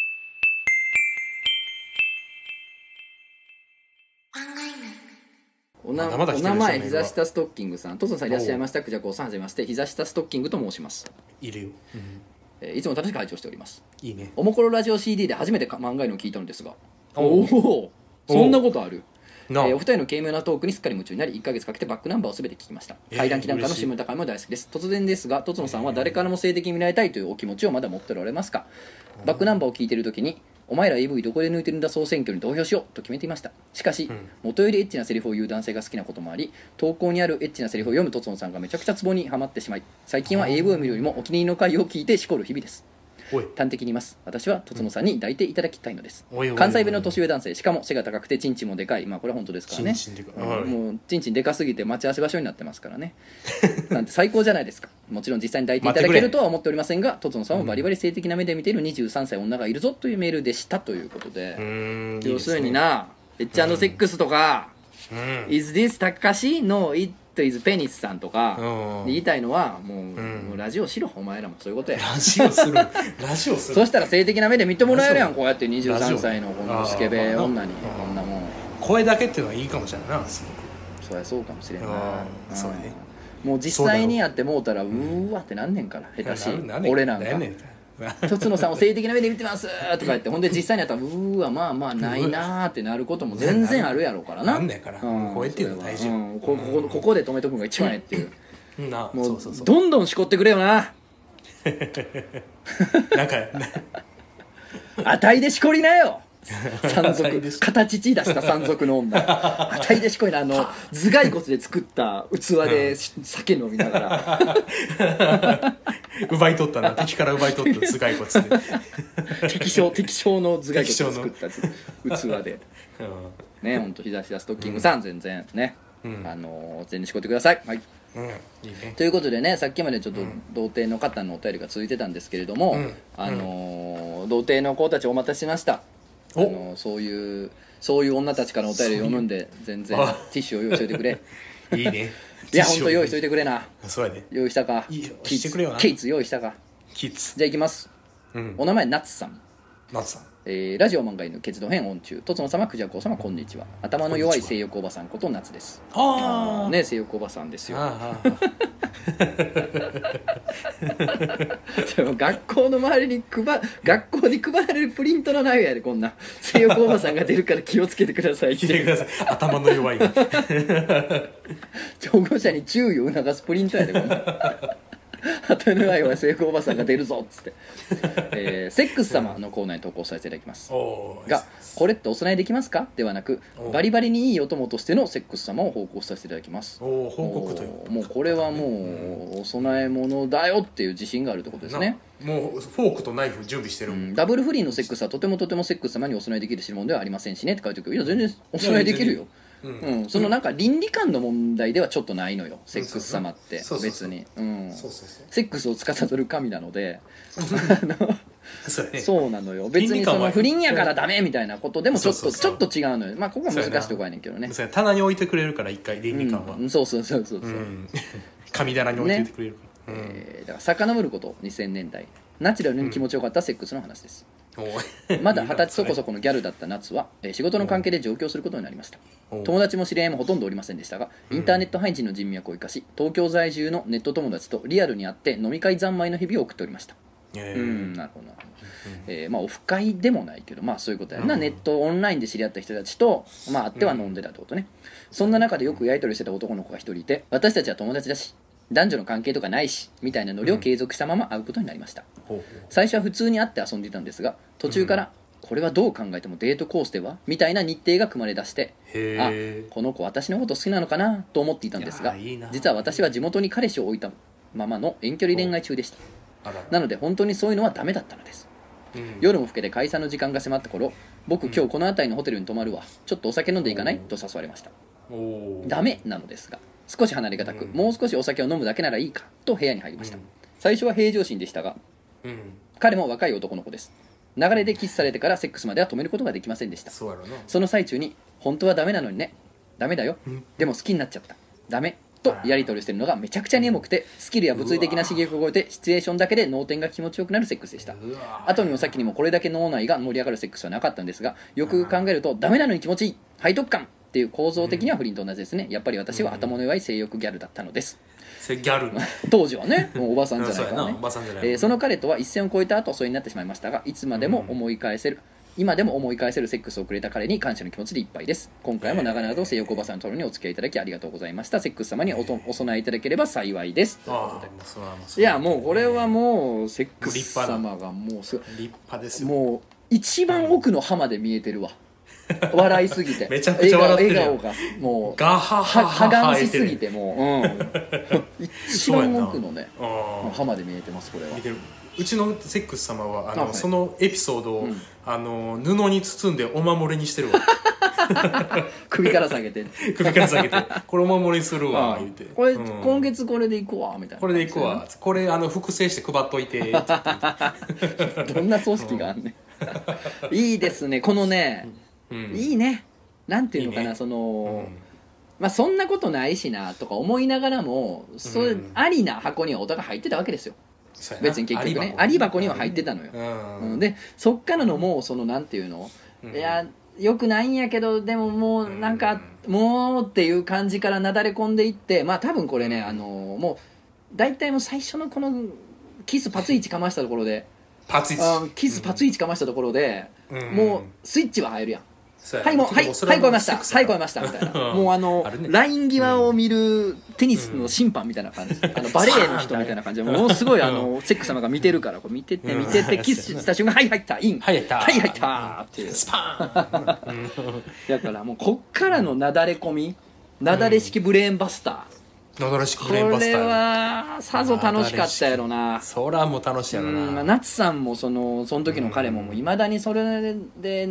おなお名前膝下ストッキングさん、トソンさんいらっしゃいました。クジャコさんはじめまして、膝下ストッキングと申します。
いるよ、うん、
えー、いつも楽しく拝聴しております。
いいね。
おもころラジオ シーディー で初めて漫画犬を聞いたのですが、おおそんなことある。えー、お二人の軽妙なトークにすっかり夢中になりいっかげつかけてバックナンバーを全て聞きました。怪談祈談家の下高いも大好きです。突然ですが、とつのさんは誰からも性的に見られたいというお気持ちをまだ持っておられますか？バックナンバーを聞いているときにお前ら エーブイ どこで抜いてるんだ総選挙に投票しようと決めていました。しかし、うん、元よりエッチなセリフを言う男性が好きなこともあり、投稿にあるエッチなセリフを読むとつのさんがめちゃくちゃツボにはまってしまい、最近は エーブイ を見るよりもお気に入りの回を聞いてしこる日々です。端的に言います。私はとつのさんに抱いていただきたいのです。おいおいおい、関西弁の年上男性、しかも背が高くてチンチンもでかい。まあこれは本当ですからね。チンチンでかい、うん、もうチンチンでかすぎて待ち合わせ場所になってますからねなんて最高じゃないですか。もちろん実際に抱いていただけるとは思っておりませんが、とつのさんをバリバリ性的な目で見ているにじゅうさんさい女がいるぞというメールでしたということで、うーん、要するにな、エッチ&セックスとか、うん、Is this Takashi? No, it is penis さんとか言いたいのはもう、うん、もうラジオしろ、お前らもそういうことや。
ラジオするラジオする
そしたら性的な目で見てもらえるやん。こうやってにじゅうさんさいのこのスケベ女にこんなもん
声だけっていうのはいいかもしれないな。す
ごくそりゃそうかもしれんな。
そうね、
もう実際にやってもうたらうーわってなんねんから、下手し俺なんかとつのさんを性的な目で見てますとか言ってほんで実際にやったらうーわまあまあないなーってなることも全然あるやろうからな。
なんねんから、うん、声っていうのは大事、うん、
こ, こ, ここで止めとくのが一番やっていう
な、
もう
そうそうそう、
どんどんしこってくれよな
なんか
あたいでしこりなよ山賊形出した山賊の女あたいでしこいな、あの頭蓋骨で作った器で酒飲みながら
奪い取ったな、敵から奪い取った頭蓋骨
で敵将敵将の頭蓋骨で作った器でね、ほんと膝下ストッキングさん、うん、全然ね
うん、
あの全然しこってください。はい、
うん、いいね。
ということでね、さっきまでちょっと童貞の方のお便りが続いてたんですけれども、
うん、
あのー、童貞の子たちお待たせしました。あのー、そういうそういう女たちからお便り読むんで、全然ティッシュを用意しといてくれ。
いいね。
いや、ほんと用意しといてくれな。
そうやね。
用意したか。
いいよ、してくれよな。
キッズ用意したか。
キッズ。
じゃあいきます、うん、お名前ナツさん。
ナツさん、
えー、ラジオ漫画犬決闘編音中、とつの様、クジャコウ様、こんにちは。頭の弱い性欲おばさんこと夏です。
ああ
ね、性欲おばさんですよ。あでも学校の周りに配学校に配られるプリントの内容やで、こんな性欲おばさんが出るから気をつけてくださいって。
来てください、頭の弱い
保護者に注意を促すプリントやで、こんな。後の愛は成功おばさんが出るぞっつって、えー、セックス様のコーナーに投稿させていただきますが、これってお供えできますかではなく、バリバリにいいお供としてのセックス様を報告させていただきます。
お報告という、
もうこれはもうお供え物だよっていう自信があるってことですね。
もうフォークとナイフ準備してる、うん、
ダブル不倫のセックスはとてもとてもセックス様にお供えできる代物ではありませんしねって書いておくけど、いや全然お供えできるよ。うん、そのなんか倫理観の問題ではちょっとないのよ、セックス様って別にセックスを司る神なのでそうなのよ、別にその不倫やからダメみたいなことでもちょっとちょっと違うのよ。まあここは難しいとこやねんけどね。
棚に置いてくれるから一回倫理観は、
うん、そうそうそうそうそう、うん、
神棚に置いてくれるから、
ね、うん、えー、だから遡ることにせんねんだい、ナチュラルに気持ちよかったセックスの話です、うん、まだ二十歳そこそこのギャルだった夏は、えー、仕事の関係で上京することになりました。友達も知り合いもほとんどおりませんでしたが、インターネット配信の人脈を生かし、東京在住のネット友達とリアルに会って飲み会三昧の日々を送っておりました。うん、なるほどなるほど、えー、まあオフ会でもないけど、まあそういうことやな、うん、ネットオンラインで知り合った人たちと、まあ会っては飲んでたってことね、うん、そんな中でよくやり取りしてた男の子が一人いて、私たちは友達だし男女の関係とかないしみたいなノリを継続したまま会うことになりました、うん、最初は普通に会って遊んでいたんですが、途中から、うん、これはどう考えてもデートコースではみたいな日程が組まれ出して、あ、この子私のこと好きなのかなと思っていたんですが、いい実は私は地元に彼氏を置いたままの遠距離恋愛中でした。なので本当にそういうのはダメだったのです、うん、夜も更けて解散の時間が迫った頃、僕今日この辺りのホテルに泊まるわ、ちょっとお酒飲んでいかないと誘われました。ダメなのですが、少し離れがたく、うん、もう少しお酒を飲むだけならいいかと部屋に入りました、うん、最初は平常心でしたが、うん、彼も若い男の子です。流れでキスされてからセックスまでは止めることができませんでした。 そ, その最中に本当はダメなのにね、ダメだよ、うん、でも好きになっちゃった、ダメとやり取りしてるのがめちゃくちゃにエモくて、スキルや物理的な刺激を超えてシチュエーションだけで脳天が気持ちよくなるセックスでした。後にも先にもこれだけ脳内が盛り上がるセックスはなかったんですが、よく考えるとダメなのに気持ちいい背徳感っていう構造的には不倫と同じですね。やっぱり私は頭の弱い性欲ギャルだったのです。
ギャル
当時はね、もうおばさんじゃないからねえー、その彼とは一線を越えた後疎遠になってしまいましたが、いつまでも思い返せる、今でも思い返せるセックスをくれた彼に感謝の気持ちでいっぱいです。今回も長々と性欲おばさんのところにお付き合いいただきありがとうございました。セックス様に お, とお供えいただければ幸いです。
あ
いやもうこれはもうセックス様がもうすごい
立派ですよ。
もう一番奥の歯まで見えてるわ、笑いすぎて
めちゃくちゃ笑ってる
笑顔がもう
ガハハハ
はがしすぎてもう、うん、一番奥のね歯まで見えてます。これは見てる。
うちのセックス様はあのあ、はい、そのエピソードを、うん、あの布に包んでお守りにしてるわ
首から下げて
首から下げてこれお守りするわ言うて、
これ、うん、今月これでいくわみたいな、
これでいくわ、これあの複製して配っといて
どんな組織があんねんいいですねこのね、うん、いいね、なんていうのかな、いいね、その、うん、まあそんなことないしなとか思いながらも、それ、うん、ありな箱にはお互い入ってたわけですよ。別に結局ねアリ箱には入ってたのよ、うんうん、でそっからのもうそのなんていうの、うん、いやよくないんやけどでももうなんか、うん、もうっていう感じからなだれ込んでいって、まあ多分これね、あのもう大体もう最初のこのキスパツイチかましたところで
パツイチ
あキスパツイチかましたところで、うん、もうスイッチは入るやん。はいもうはいはい超えましたはい超えましたみたいなもうあのあ、ね、ライン際を見るテニスの審判みたいな感じ、うん、あのバレーの人みたいな感じでものすごいあのセック様が見てるからこう見てて見ててキスした瞬間はい入ったイン
はい入った
はい入ったっていうスパーンだからもうこっからのなだれ込みなだれ式ブレーンバスター、
なだれ式ブレーンバスター、
これはさぞ楽しかったやろな。
そらもう楽しいやろな、
うん、まあ、夏さんもそのその時の彼もいまだにそれで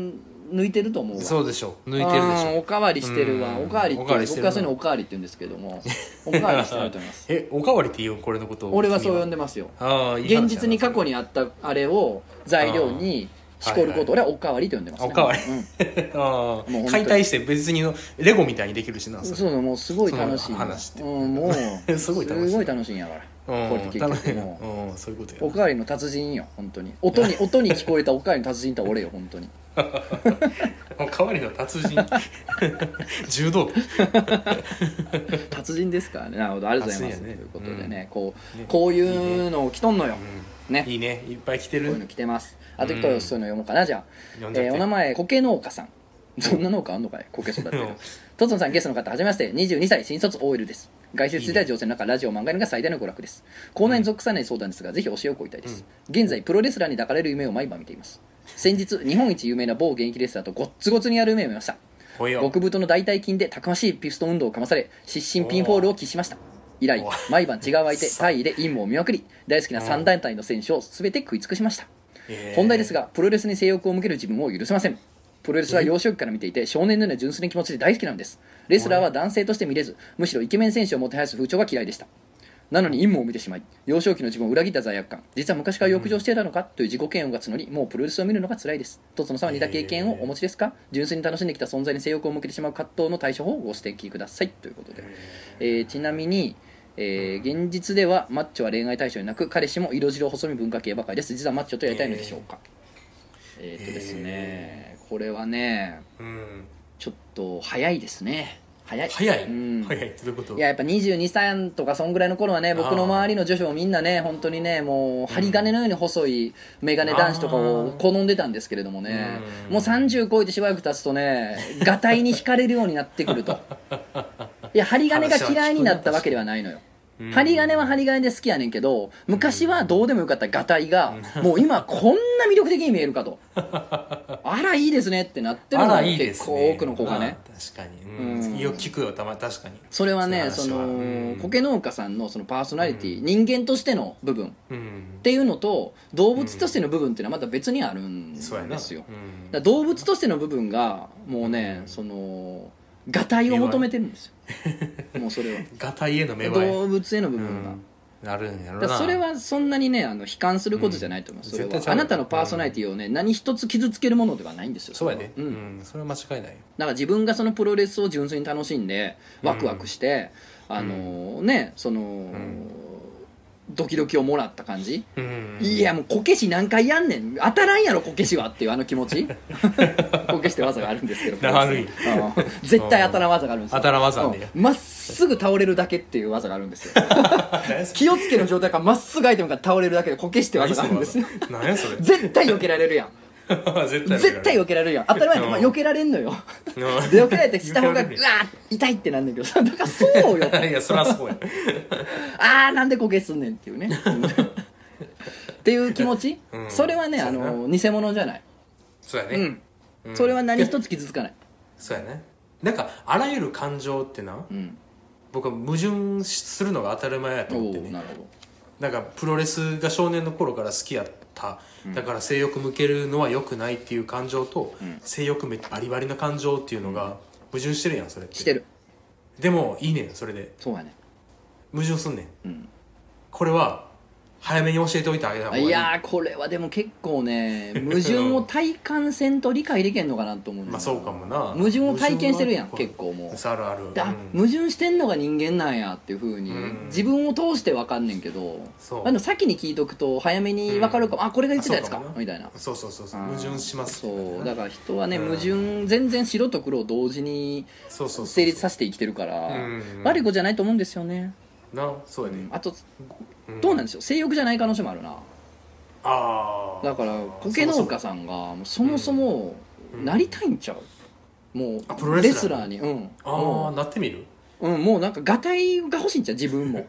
抜いてると思うわ。
そうでしょ抜いてるでしょ。
おかわりしてるわ、
うん
おかわりって
おかわりしてる
僕はそういうのおかわりって言うんですけどもおかわりしてると思います
えおかわりって言うこれのことを。
俺はそう呼んでますよ。
ああいい話だな
現実に過去にあったあれを材料にしこることを俺はおかわりと呼んでます、ね、
おかわり、
うん
あ
もう本当に
あ解体して別にのレゴみたいにできるしな。
そうそう、もうすごい楽しい
その話って
うん、もう
すごい楽しい
すごい楽しいんやから
うん
これって結局もう
うんそういうことや
おかわりの達人よ本当に。音に音に聞こえたおかわりの達人って俺よ本当に。
おかわりの達人柔道部
達人ですからね。なるほど、ありがとうございます、
達人やね
ということでね、
うん
こう、
ね
こういうのを着とんのよ、
うん
ね、
いいねいっぱい来て
こういうの
る。
着てます。あと一個そういうの読もうかな、じゃあ、
読んじゃって
えーお名前苔農家さん。そんな農家あんのかい、苔育ててる。とつのさん、ゲストの方、はじめまして。にじゅうにさい新卒 オーエル です。外出時代情勢の中、ラジオ漫画のが最大の娯楽です。コーナーに属さない相談ですが、ぜひ教えを請いたいです、現在プロレスラーに抱かれる夢を毎晩見ています。先日日本一有名な某現役レスラーとごっつごつにやる夢を見ました。
ほいよ
極太の大腿筋でたくましいピストン運動をかまされ失神ピンフォールを喫しました。以来
お
毎晩違う相手タイで陰謀を見まくり大好きなさん団体の選手を全て食い尽くしました。
えー
本題ですが、プロレスに性欲を向ける自分を許せません。プロレスは幼少期から見ていて少年のような純粋な気持ちで大好きなんです。レスラーは男性として見れず、むしろイケメン選手をもてはやす風潮が嫌いでした。なのに陰謀を見てしまい幼少期の自分を裏切った罪悪感、実は昔から欲情していたのかという自己嫌悪が募り、もうプロレスを見るのが辛いです。とつのさんは似た経験をお持ちですか？純粋に楽しんできた存在に性欲を向けてしまう葛藤の対処法をご指摘くださいということで、えーちなみにえー現実ではマッチョは恋愛対象になく、彼氏も色白細身文化系ばかりです。実はマッチョとやりたいのでしょうか？えー、っとですね、これはね
うん
ちょっと早いですね。早い
早い、
うん
早いってどういうこと？
いややっぱにじゅうにさいとかそんぐらいの頃はね、僕の周りの女子もみんなね本当にねもう針金のように細いメガネ男子とかを好んでたんですけれどもね、
うん
もうさんじゅう超えてしばらく経つとねガタイに惹かれるようになってくるといや針金が嫌いになったわけではないのよ。
うん
針金は針金で好きやねんけど、昔はどうでもよかったガタイがもう今こんな魅力的に見えるかとあらいいですねってなってるのが
あらいいです
結
ね
構多くの子がね。
まあ確かに、うん
うん
よく聞くよたま確かに
それはねそ
その話はう
の
ん
苔農家さんのそのパーソナリティ、人間としての部分っ
うん
ていうのと動物としての部分っていうのはまた別にあるん
そうやな
ですよ。だか
うん
ら動物としての部分がもうね、
うん
そのガタイを求めてるんですよもうそれは
ガタイへの芽生え
動物への部分が、
うんなるんやろな。
だからそれはそんなにねあの悲観することじゃないと思います、
うん
それは
絶対ちゃう
あなたのパーソナリティをね、何一つ傷つけるものではないんですよ。
そうやね、
れは
う
うん
んそれは間違いないよ。
だから自分がそのプロレスを純粋に楽しんでワクワクして、あのねその、ドキドキをもらった感じ、
うん
いやもうこけし何回やんねん当たらんやろこけしはっていうあの気持ちこけしって技があるんですけど
悪い
うん絶対当たらん技があるんですよ。
当たらん技あんねや
うんまっすぐ倒れるだけっていう技があるんですよ気をつけの状態からまっすぐ相手が倒れるだけでこけしって技があるんですよ
何やそれ
絶対避けられるやん
絶対
絶対避けられるやん当たり前やん、まあ、避けられんのよで避けられて下方がうわー痛いってなんだけどさだからそうよ
いやそりゃそうや
あーなんでこけすんねんっていうねっていう気持ち、
うん
それはねあ
そうやな
の偽物じゃない、
そうやね、
うん
うん
それは何一つ傷つかない、
そうやねなんかあらゆる感情ってな、
うん、
僕は矛盾するのが当たり前やと
お
思ってね。
おなるほど
なんかプロレスが少年の頃から好きやった、だから性欲向けるのは良くないっていう感情と、
うん
性欲めバリバリな感情っていうのが矛盾してるやんそれって。
してる
でもいいねんそれで
そうやね
矛盾すんねん。
うん
これは早めに教えておいてあげた方がいい。
いやーこれはでも結構ね矛盾を体感せんと理解できんのかなと思う、
まあそうかもな。
矛盾を体験してるやん
矛盾は
結構もう
あるある。
あ、
うん
矛盾してんのが人間なんやっていうふうに、
うん
自分を通して分かんねんけど
そう
まあでも先に聞いとくと早めに分かるかも、あこれが言ってたやつか
あそうかもな
みたいな
そうそうそうそう
あー
矛盾します
そうだから人はね、
うん
矛盾全然白と黒を同時に
そうそうそう
成立させて生きてるから
うん
悪い子じゃないと思うんですよね、
なそうやね、
あと
うん
どうなんでしょう性欲じゃない可能性もあるな
ああ
だから苔農家さんがもうそもそも
うん
なりたいんちゃうも
あプロ
うレ
レスラー
スラーにうん
あ
も
あなってみる
う、うん、もうなんかガタイが欲しいんちゃう自分も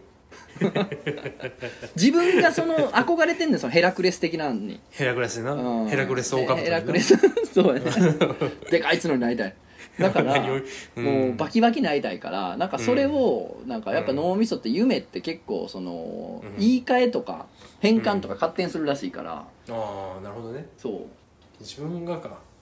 自分がその憧れてんねんそのヘラクレス的なのに、
ヘラクレスな、
うん
ヘラクレスオオカブト
ヘラクレスそうやねでかい角になりたいだから
何をうん
もうバキバキになりたいからなんかそれをなんかやっぱ脳みそって夢って結構その
うん
言い換えとか変換とか勝手にするらしいから
ああなるほどね
そう
自分がか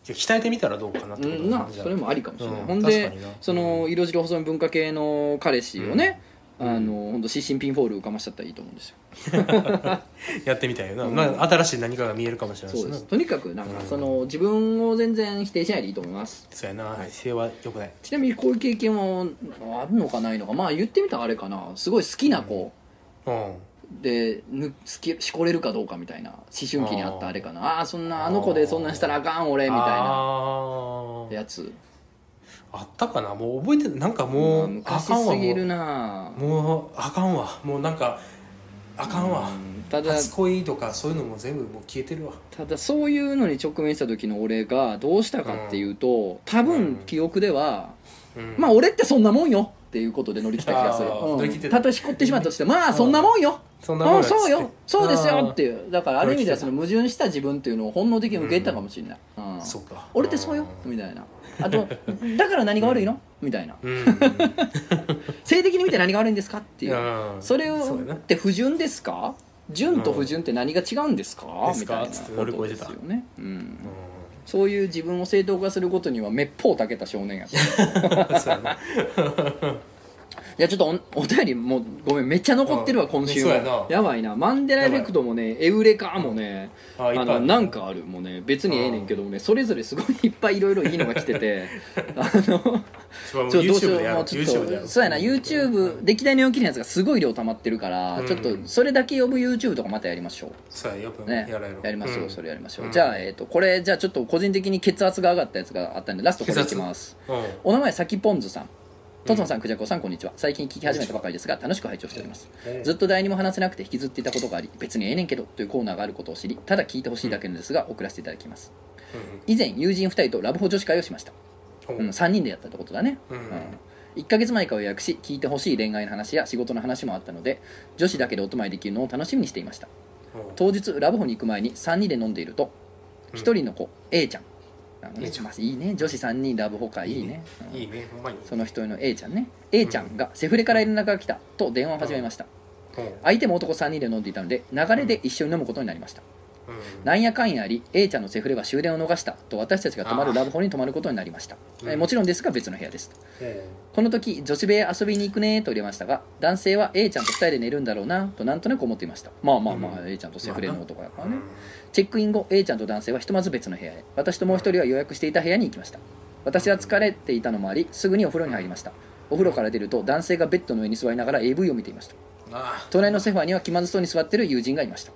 鍛えてみたらどうかなってこと
うん、なそれもありかもしれない、うん、ほんでその色白細身文化系の彼氏をね、うん、あのほんと失神ピンフォールかましちゃったらいいと思うんですよ
やってみたいよな、うん、まあ、新しい何かが見えるかもしれないし、
そうですとにかくなんか、うん、その自分を全然否定しないでいいと思います。
そうやな、はい、否定はよくない。
ちなみにこういう経験はあるのかないのか、まあ言ってみたらあれかな、すごい好きな子、うんうんで好きしこれるかどうかみたいな思春期にあったあれかな、ああーそんなあの子でそんなんしたらあかん俺みたいなやつ
あったかな、もう覚えてる。なんかもう
昔すぎるな、
もうあかんわ、もうなんかあかんわ、んただ初恋とかそういうのも全部もう消えてるわ。
ただそういうのに直面した時の俺がどうしたかっていうと、うん、多分記憶では、うん、まあ俺ってそんなもんよっていうことで乗り切った気がする、うん、たとえしこってしまったとしてまあそんなもんよ、そんなもんよ、そうよそうですよっていう、だからある意味ではその矛盾した自分っていうのを本能的に受け入れたかもしれない、うんうん、そうか俺ってそうよみたいな、あとだから何が悪いのみたいな、うん、性的に見て何が悪いんですかっていう、それって不純ですか、純と不純って何が違うんですか、うん、みたいなことですよね、うんうん、そういう自分を正当化することにはめっぽうたけた少年やったそうやないやちょっと お, お便りもうごめんめっちゃ残ってるわ、うん、今週は や, やばいな。マンデラエフェクトもねエウレカもね、ああのなんかあるもうね別にええねんけどもね、それぞれすごいいっぱいいろいろいいのが来ててあのちょっとどうしよう、もうちょっとそうやな YouTube 歴代の4期のやつがすごい量溜まってるから、うん、ちょっとそれだけ呼ぶ YouTube とかまたやりましょう。
そうや、よく
ね、
やられる、
やりましょう、
うん、
それやりましょう、うん、じゃあ、えー、とこれじゃあちょっと個人的に血圧が上がったやつがあったんでラストこれいきます、うん、お名前さきぽんずさん。トツノさん、クジャコさん、こんにちは。最近聞き始めたばかりですが楽しく拝聴しております。ずっと誰にも話せなくて引きずっていたことがあり、別にええねんけどというコーナーがあることを知り、ただ聞いてほしいだけですが送らせていただきます。以前友人ふたりとラブホ女子会をしました、うん、さんにんでやったってことだね、うんうん、いっかげつまえから予約し聞いてほしい恋愛の話や仕事の話もあったので女子だけでお泊まりできるのを楽しみにしていました。当日ラブホに行く前にさんにんで飲んでいるとひとりの子 A ちゃん、いいね、女子さんにんラブホ会いいね、うん、いいね、ほんまにその人の A ちゃんね、 A ちゃんがセフレから連絡が来たと電話を始めました、うん、相手も男さんにんで飲んでいたので流れで一緒に飲むことになりました、うん、なんやかんやあり A ちゃんのセフレは終電を逃したと私たちが泊まるラブホに泊まることになりました、うん、えもちろんですが別の部屋ですと、うん、この時女子部屋遊びに行くねと入れましたが男性は A ちゃんとふたりで寝るんだろうなとなんとなく思っていました。まあまあまあ、うん、A ちゃんとセフレの男だからね、うん、チェックイン後 A ちゃんと男性はひとまず別の部屋へ、私ともう一人は予約していた部屋に行きました。私は疲れていたのもありすぐにお風呂に入りました。お風呂から出ると男性がベッドの上に座りながら エーブイ を見ていました。隣のソファーには気まずそうに座っている友人がいました。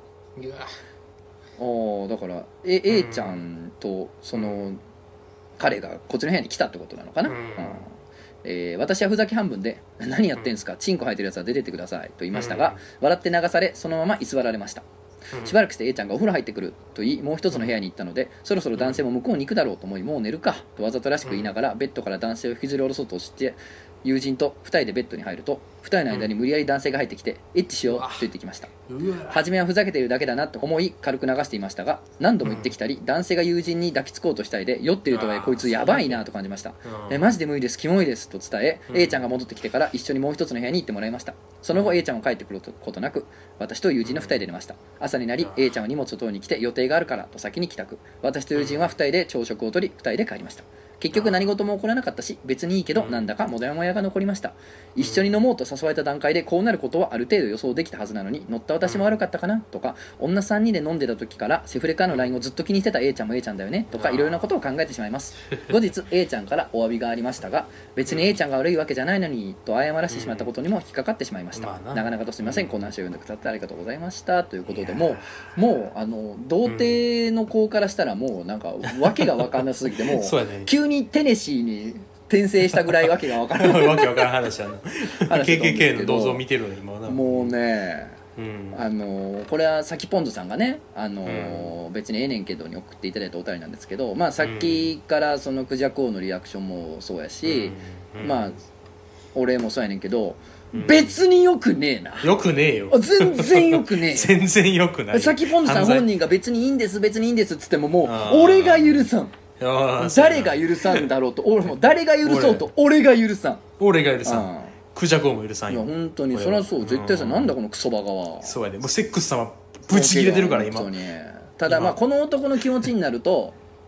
おだから A, A ちゃんとその彼がこっちの部屋に来たってことなのかな、うんえー、私はふざけ半分で何やってんすか、チンコ生えてるやつは出てってくださいと言いましたが、笑って流されそのまま居座られました。しばらくして A ちゃんがお風呂入ってくると言いもう一つの部屋に行ったのでそろそろ男性も向こうに行くだろうと思いもう寝るかとわざとらしく言いながらベッドから男性を引きずり下ろそうとして友人とふたりでベッドに入るとふたりの間に無理やり男性が入ってきてエッチしようと言ってきました。初めはふざけているだけだなと思い軽く流していましたが何度も言ってきたり男性が友人に抱きつこうとしたりで酔ってるとはいえこいつやばいなと感じました。えマジで無理ですキモいですと伝え A ちゃんが戻ってきてから一緒にもう一つの部屋に行ってもらいました。その後 A ちゃんは帰ってくることなく私と友人のふたりで寝ました。朝になり A ちゃんは荷物を取りに来て予定があるからと先に帰宅。私と友人はふたりで朝食をとりふたりで帰りました。結局何事も起こらなかったし別にいいけどなんだかモヤモヤが残りました。一緒に飲もうと誘われた段階でこうなることはある程度予想できたはずなのに乗った私も悪かったかなとか女さんにんで飲んでた時からセフレからの ライン をずっと気にしてた A ちゃんも A ちゃんだよねとかいろいろなことを考えてしまいます。後日 A ちゃんからお詫びがありましたが別に A ちゃんが悪いわけじゃないのにと謝らせてしまったことにも引っかかってしまいました。なかなかとすみません、こんな話を読んでくださってありがとうございましたということでもうもうあの童貞の子からしたらもうなんか訳が分かんなすぎてもう急にテネシーに転生したぐらいわけが分からない
わけ分からん話やなケーケーケー の銅像見てるの今な
もうね、うん、あのこれはさきぽんずさんがねあの、うん、別にええねんけどに送っていただいたお便りなんですけど、まあ、さっきからそのクジャク王のリアクションもそうやし、うん、まあ俺もそうやねんけど、うん、別によくねえな
よくねえよ
全然よくねえ
全然よくない
さきぽんずさん本人が別にいいんです別にいいんですっつってももう俺が許さん誰が許さんだろうと俺も誰が許そうと俺が許さん
俺が許さんクジャク王も許さんよ。
いや本当にそりゃそう絶対さなんだこのクソバカは
そうやでもうセックス様ブチ切れてるから今
本当にただまあこの男の気持ちになると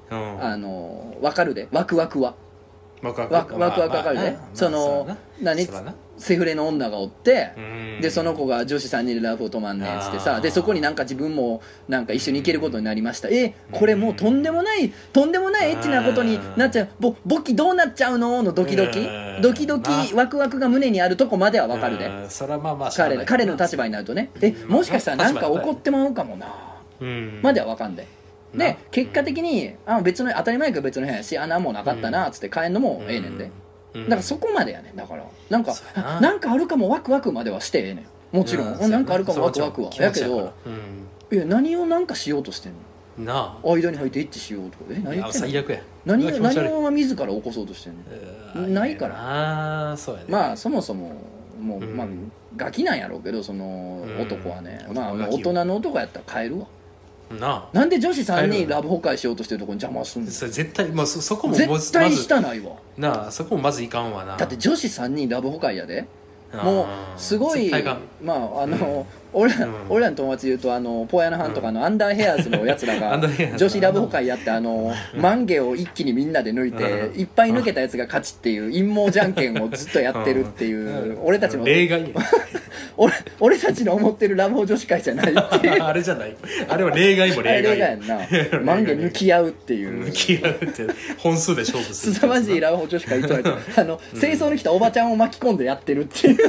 うん、
あの分かるでワクワクは
ワクワク
ワクワクわかるで、まあ、その、まあ、何セフレの女がおってでその子が女子さんにんでラブを止まんねんっつってさでそこになんか自分もなんか一緒に行けることになりましたえこれもうとんでもないとんでもないエッチなことになっちゃうボボキどうなっちゃうののドキドキドキドキワクワクが胸にあるとこまではわかるで
それはまあまあ
彼彼の立場になるとねえもしかしたらなんか怒ってまうかもなまではわかんないで結果的にあ別の当たり前やけど別の部屋やしあなんもなかったなっつって帰んのもええねんでだからそこまでやねんだからなんかなんかあるかもワクワクまではしてええねんもちろんなんかあるかもワクワクはやけどいや何をなんかしようとしてんのなあ間に入って一致しようとかえ何言ってんの
最悪や
何何を自ら起こそうとしてんのないから
あそうやね
まあそもそももうまあガキなんやろうけどその男はねまあ大人の男やったら帰るわなあなんで女子さんにんラブ崩壊しようとしてるとこに邪魔すんの
それ絶対、まあ、そ, そこも
絶対したないわ
なあそこもまずいかんわな
だって女子さんにんラブ崩壊やでもうすごいまああの、うん、俺, ら、うん、俺らの友達で言うとあのポーヤナハンとかのアンダーヘアーズのやつらが女子ラブ崩壊やってあの眉毛を一気にみんなで抜いていっぱい抜けたやつが勝ちっていう陰謀じゃんけんをずっとやってるっていう俺たちの
例外
俺, 俺たちの思ってるラブホ女子会じゃないっていう
あれじゃないあれは例外も例外
例外やんな眉毛抜き合うっていう
抜き合うって本数で勝負する
すさまじいラブホ女子会とあの、うん、清掃に来たおばちゃんを巻き込んでやってるっていう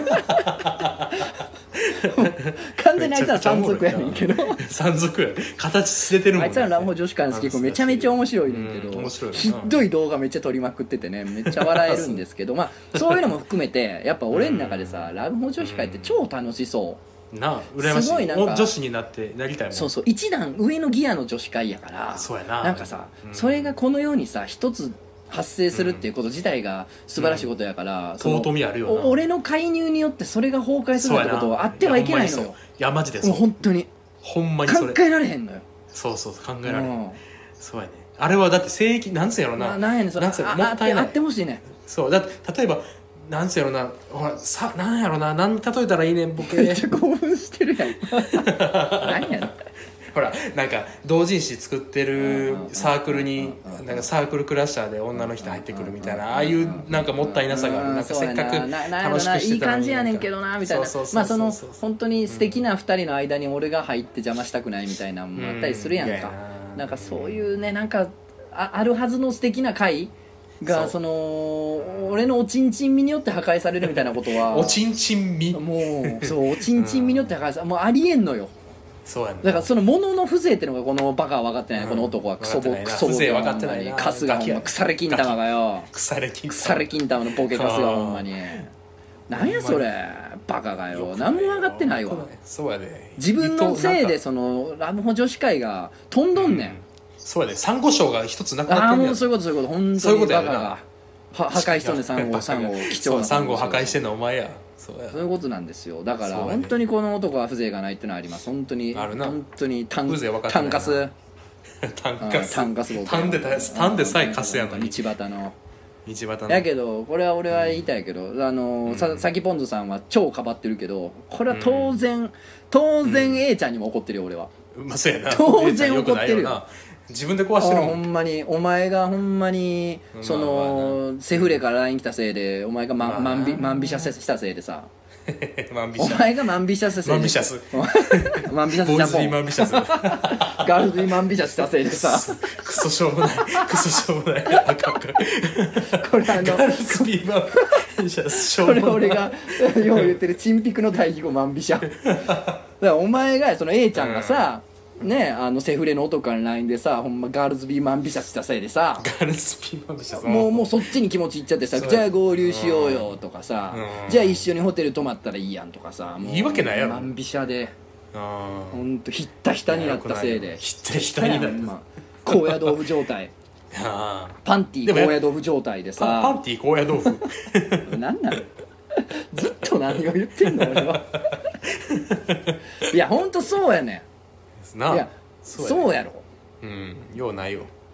完全にあいつら山賊やねんけど
山賊や形捨ててるもん、ね、
あいつらのラブホ女子会の好きめちゃめちゃ面白いねんけど、うん、ひどい動画めっちゃ撮りまくっててねめっちゃ笑えるんですけどまあそういうのも含めてやっぱ俺の中でさ、うん、ラブホ女子会って超楽しそう
なあ羨ましいすごいなんか女子になってなりたいもん
そうそう一段上のギアの女子会やから
そうやな
なんかさ、うん、それがこの世にさ一つ発生するっていうこと自体が素晴らしいことやから、
うん、尊みあるよな
俺の介入によってそれが崩壊するってことはあってはいけないのよ
いやマジでそう
もう本当に
ほんまにそれ
考えられへんのよ
そうそう考えられへん、うん、そうやねあれはだって正規なんつうやろな
なんやねんそれもったいないあってほしいね
そうだって例えばなんつうやろなほらさなんやろな何例えたらいいねんボケ
めっちゃ興奮してるやん何やねん
ほらなんか同人誌作ってるサークルになんかサークルクラッシャーで女の人入ってくるみたいなああいうなんかもったいなさがあるなんかせっかく楽しくしてたのに
いい感じやねんけどなみたいなまあその本当に素敵なふたりの間に俺が入って邪魔したくないみたいなのもあったりするやんかなんかそういうねなんか あ, あるはずの素敵な回がその俺のおちんちん味によって破壊されるみたいなことは
おちんちん味
もうそうおちんちん味によって破壊されるもうありえんのよ
そうやね
だからそのものの風情っていうのがこのバカは分かってない、うん、この男はクソボクソボ
風情分かってないな
カスがほんま腐れ金玉がよ
腐れ金玉
腐れ金玉のボケカスがほんまになんやそれバカがよ何も分かってないわ
そうやで
自分のせいでそのラブホ女子会が飛んどんねん、うん、
そうやでサンゴ礁が一つなくなってんねん
ああもうそういうことそういうこと本当にバカがは破壊しとんねんサンゴサンゴ貴重な
サンゴ破壊してんのお前や
そうやそういうことなんですよだから本当にこの男は風情がないっていうのはあります本当に
あるな
本当にタン
タ
ンカス
タンカス
タンカス
タンでタンでさえカスやのに
道端の
道端の
やけどこれは俺は言いたいけど、うん、あのささきぽんずさんは超かばってるけどこれは当然、うん、当然 A ちゃんにも怒ってるよ俺は、
まあそうやな
当然怒ってるよ
自分で壊してるもん
ほんまにお前がほんまにその、まあまあ、セフレから ライン 来たせいでお前が、ま、万引万引者したせいでさお前が万引者したせいで
万引者す
万引者す
ボーイズに万引者す
ガールズに万引者したせいでさ
クソしょうもないクソしょうもないあかんか
これあの
ガールズに万引者しょうもない
これ俺がよう言ってるチンピクの対義語万引者だからお前がその A ちゃんがさ、うんねあのセフレの男から ライン でさほんまガールズビーマンビシャスしたせいでさ
ガールズビーマンビシャス
もうもうそっちに気持ちいっちゃってさじゃあ合流しようよとかさじゃあ一緒にホテル泊まったらいいやんとかさもう
いいわけないやろ
マンビシャでほんとひったひたになったせいで
ひったひたになった、
高野豆腐状態パンティー高野豆腐状態でさ
パンティー高野豆
腐なんなのずっと何を言ってんの俺はいやほんとそうやねん
ない
やそうやろ
うんようないよ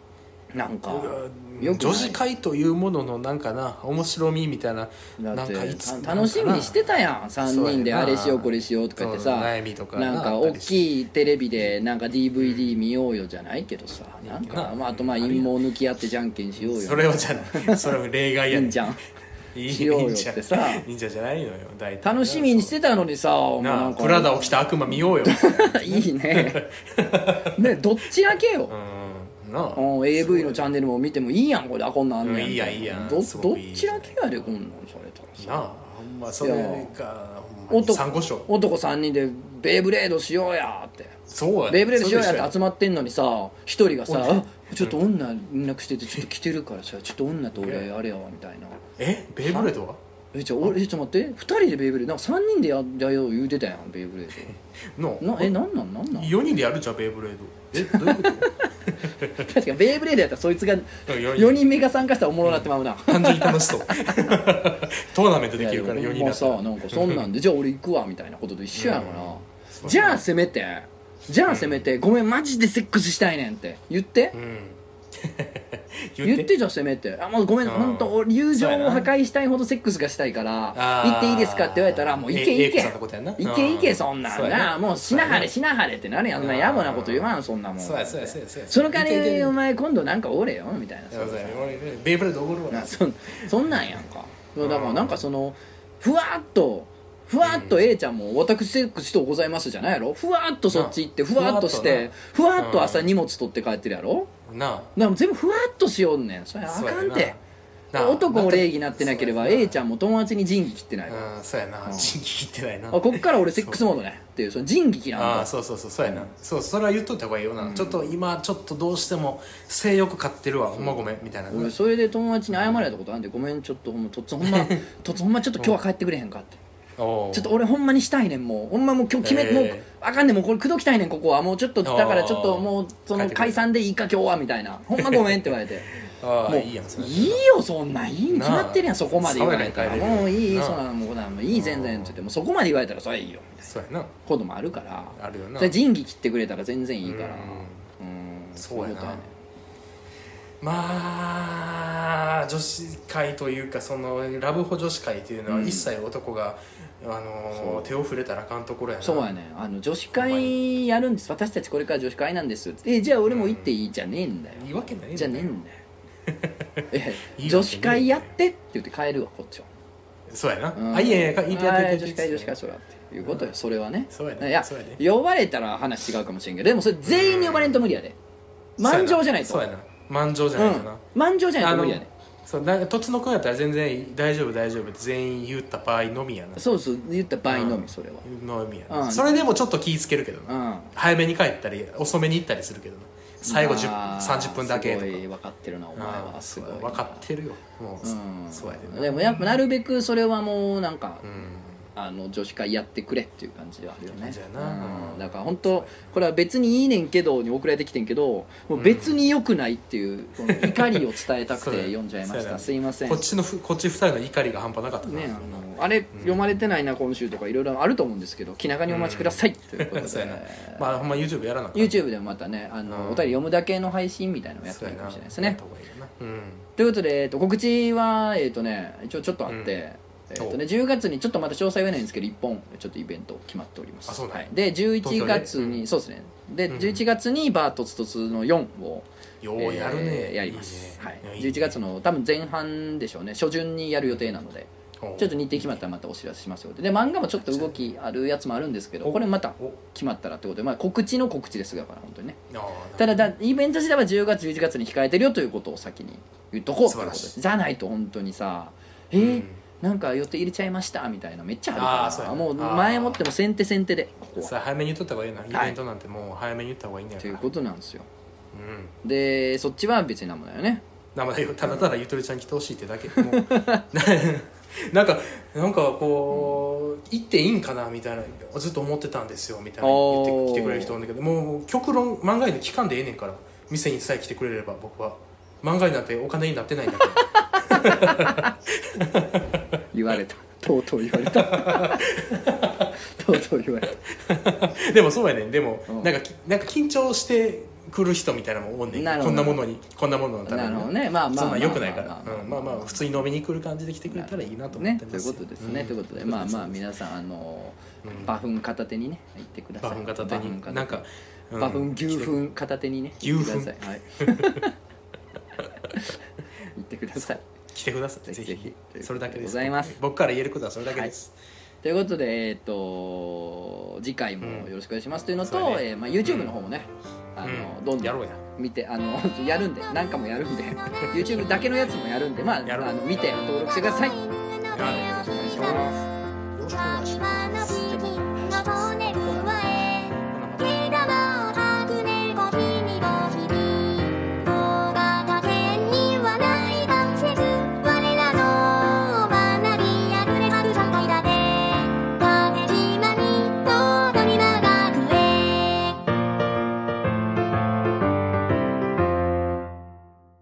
なんかよく
女子会というもののなんかな面白みみたいな
だって
なんかいつ
楽しみにしてたやんさんにんであれしようこれしようとか言ってさ
悩みとか
なんか大きいテレビでなんか ディーブイディー 見ようよじゃないけどさなんかまああとまあ陰謀抜き合ってじゃんけんしようよ
それはじゃないそれは例外やねん
いいんじゃん
いい
しようよってさ
いいんじゃじゃないのよ大体
楽しみにしてたのにさもう
な
なんか
あプラダを着た悪魔見ようよ
いいねねどっちだけよ
うんなあ
うん エーブイ のチャンネルも見てもいいやんこれあこんなんあんねん
うんいいやんいいやん
どどっ
すごくいい
ちだけやでこんなんされたらさ
なあほんまそれがほんまに
男
サンゴ礁
男さんにんでベイブレードしようやって
そうや
ベイブレードしようや
それ
って集まってんのにさ一人がさ
おい
あちょっと女連絡しててちょっと来てるからさちょっと女と俺あれやわみたいな
えベイブレードは
えじゃあ俺えちょっと待ってふたりでベイブレードなんかさんにんでややよう言うてたやんベイブレー
の
ドなえなんなんなんなん
よにんでやるじゃんベイブレードえどういうこと
確かにベイブレードやったらそいつがよにんめが参加したらおもろなってまうな、
単純に楽しそうトーナメントできるから
いや
よにんだったら
いやほんまさなんかそんなんでじゃあ俺行くわみたいなことと一緒やから、じゃあせめてじゃあせめて、ごめんマジでセックスしたいねんって言って
う、ん
言ってじゃあせめてあもうごめん
うん
本当俺友情を破壊したいほどセックスがしたいから行っていいですかって言われたらもう行け行け行け行けそんなんなもうしなはれしなはれってなるやんそんな野暮なこと言わんそんなもん
そうやそうやそうやそうや
その代わ
いけいけいけ
りお前今度なんかおれよみたいな
そうそう俺ベイブレードおごるわ
なそそんなんやんかだからなんかそのふわっとふわっと A ちゃんも私セックスとございますじゃないやろふわっとそっち行ってふわっとしてふわっと朝荷物取って帰ってるやろ
なあ
だから全部ふわっとしよんねんそれあかんて
なあ
男も礼儀なってなければ A ちゃんも友達に仁義切ってないわ
うんそうやな
うん
仁義切ってないな
あこっから俺セックスモードねっていうその仁義切らんと
ああそうそうそうそうやなそうそれは言っといた方がいいよなちょっと今ちょっとどうしても性欲買ってるわほんまごめんみたいな
俺それで友達に謝られたことあんでごめんちょっとほんまとっつほんまとっつほんまちょっと今日は帰ってくれへんかって
お
ちょっと俺ほんまにしたいねんもうほんまもう今日決め、
えー
もうあかんねんもうこれ口説きたいねんここはもうちょっとだからちょっともうその
帰ってくれ
解散でいいか今日はみたいなほんまごめんって言われて
ああ
もう
いいやんそれ
いいよそんなんいいに決まってるやんそこまで言われたら
爽やかに帰れる
もういい
な
そんなんもうなんもういい全然って言ってもうそこまで言われたらそれいいよみたい
そうやな
なこともあるから
あるよな
それ仁義切ってくれたら全然いいから
うん
うん
そうやな
いことね
まあ女子会というかそのラブホ女子会というのは
うん
一切男が、あの
そう
手を触れたらあかんところやな
そうやねあの女子会やるんです私たちこれから女子会なんですえじゃあ俺も行っていいじゃねえんだよ
いいわけない
じゃねえんだよえ
いいわけね
女子会やってって言って帰るわこっちは
そうやな、
うん
あいやいやいいってやってやって
あ女子会女子会そらっていうことよそれはね
そうやね
いや
そうやね
呼ばれたら話違うかもしれんけどでもそれ全員に呼ばれんと無理やで満場じゃないと
そうやな満場じゃないとな、
うん満場じゃないと無理やで
そうなとつのくんやったら全然大丈夫大丈夫って全員言った場合のみやな
そうそう言った場合のみそれは
のみやな、
うん
それでもちょっと気ぃつけるけどな、
うん
早めに帰ったり遅めに行ったりするけどな最後じゅう
あー
さんじゅっぷんだけとか
すごい分かってるなお前は
あー
すごい
分かってるよもう、
うん
そうやでな
でもやっぱなるべくそれはもうなんか
うん
あの女子会やってくれっていう感じではあるよね
感じやな
うんだから本当これは別にいいねんけどに送られてきてんけどもう別に良くないっていうこの怒りを伝えたくて読んじゃいました
そうやな
すいません
こっちのふこっちふたりの怒りが半端なかったな、
ね、あのあれ、読まれてないな今週とかいろいろあると思うんですけど気長にお待ちください、ということで
そうやなまあほんま YouTube やらなかった
YouTube でもまたねあの、
うん
お便り読むだけの配信みたいなのをやって
そうや
もいいかもしれないです
やっ
ね
た方がいいよなうん
ということで、えっと、告知はえっ、とね一応ちょっとあって、
うん
えっとね、じゅうがつにちょっとまだ詳細は言えないんですけどいっぽんちょっとイベント決まっております
あそうなんや
はい、でじゅういちがつに、
東京で
そうですねで、
うん
じゅういちがつにバートツトツのよんを
ようやるね、
えーやります
いいね
はい、
いいね
じゅういちがつの多分前半でしょうね初旬にやる予定なので
おう
ちょっと日程決まったらまたお知らせしますよで漫画もちょっと動きあるやつもあるんですけどこれまた
お
決まったらってことで、まあ、告知の告知ですだから本当にね
あー
ただだイベント自体はじゅうがつじゅういちがつに控えてるよということを先に言っとこうということで
素晴らしい
じゃないと本当にさえーなんか予定入れちゃいましたみたいなめっちゃあ
あーそうやな
るからもう前もっても先手先手でここは
さあ早めに言っとった方がいいな、イベントなんてもう早めに言った方がいいんだよ
ということなんですよ
うん
でそっちは別になんもないよね
名前をただただゆとりちゃん来てほしいってだけもうなんかなんかこう行っていいんかなみたいなずっと思ってたんですよみたいな言ってきてくれる人なんだけどもう極論漫画に期間でええねんから店にさえ来てくれれば僕は漫画になってお金になってないんだけど
言われたとうとう言われたとうとう言われた
でもそうやねんでも、
うん
なんかきなんか緊張して来る人みたいなのもおんねんけど、
なるほど
こんなものにこんなもののために
なるほどね、まあまあ
そんなん良くないから
まあまあ
うんまあまあ普通に飲みに来る感じで来てくれたらいいなと思っ
ね
てます
ということですね、
うん
ということでまあまあ皆さんあの馬粉片手にね行ってください。
馬粉片手になんかうん
馬粉牛粉片手にね
牛粉
行ってください。はい行ってください。
来てくださいぜ
ぜひぜひ
ひそれだけです
ございます
僕から言えることはそれだけです
ということで、えー、と次回もよろしくお願いしますというのと、
そうね
えーまあ、YouTube の方もね、あの
うん
どんどん
やろうや
見てあのやるんで何かもやるんで YouTube だけのやつもやるんで、まあ、
やろう
あの見て登録してください。よ
やろう
ろしくお願いします。
よろしくお願いします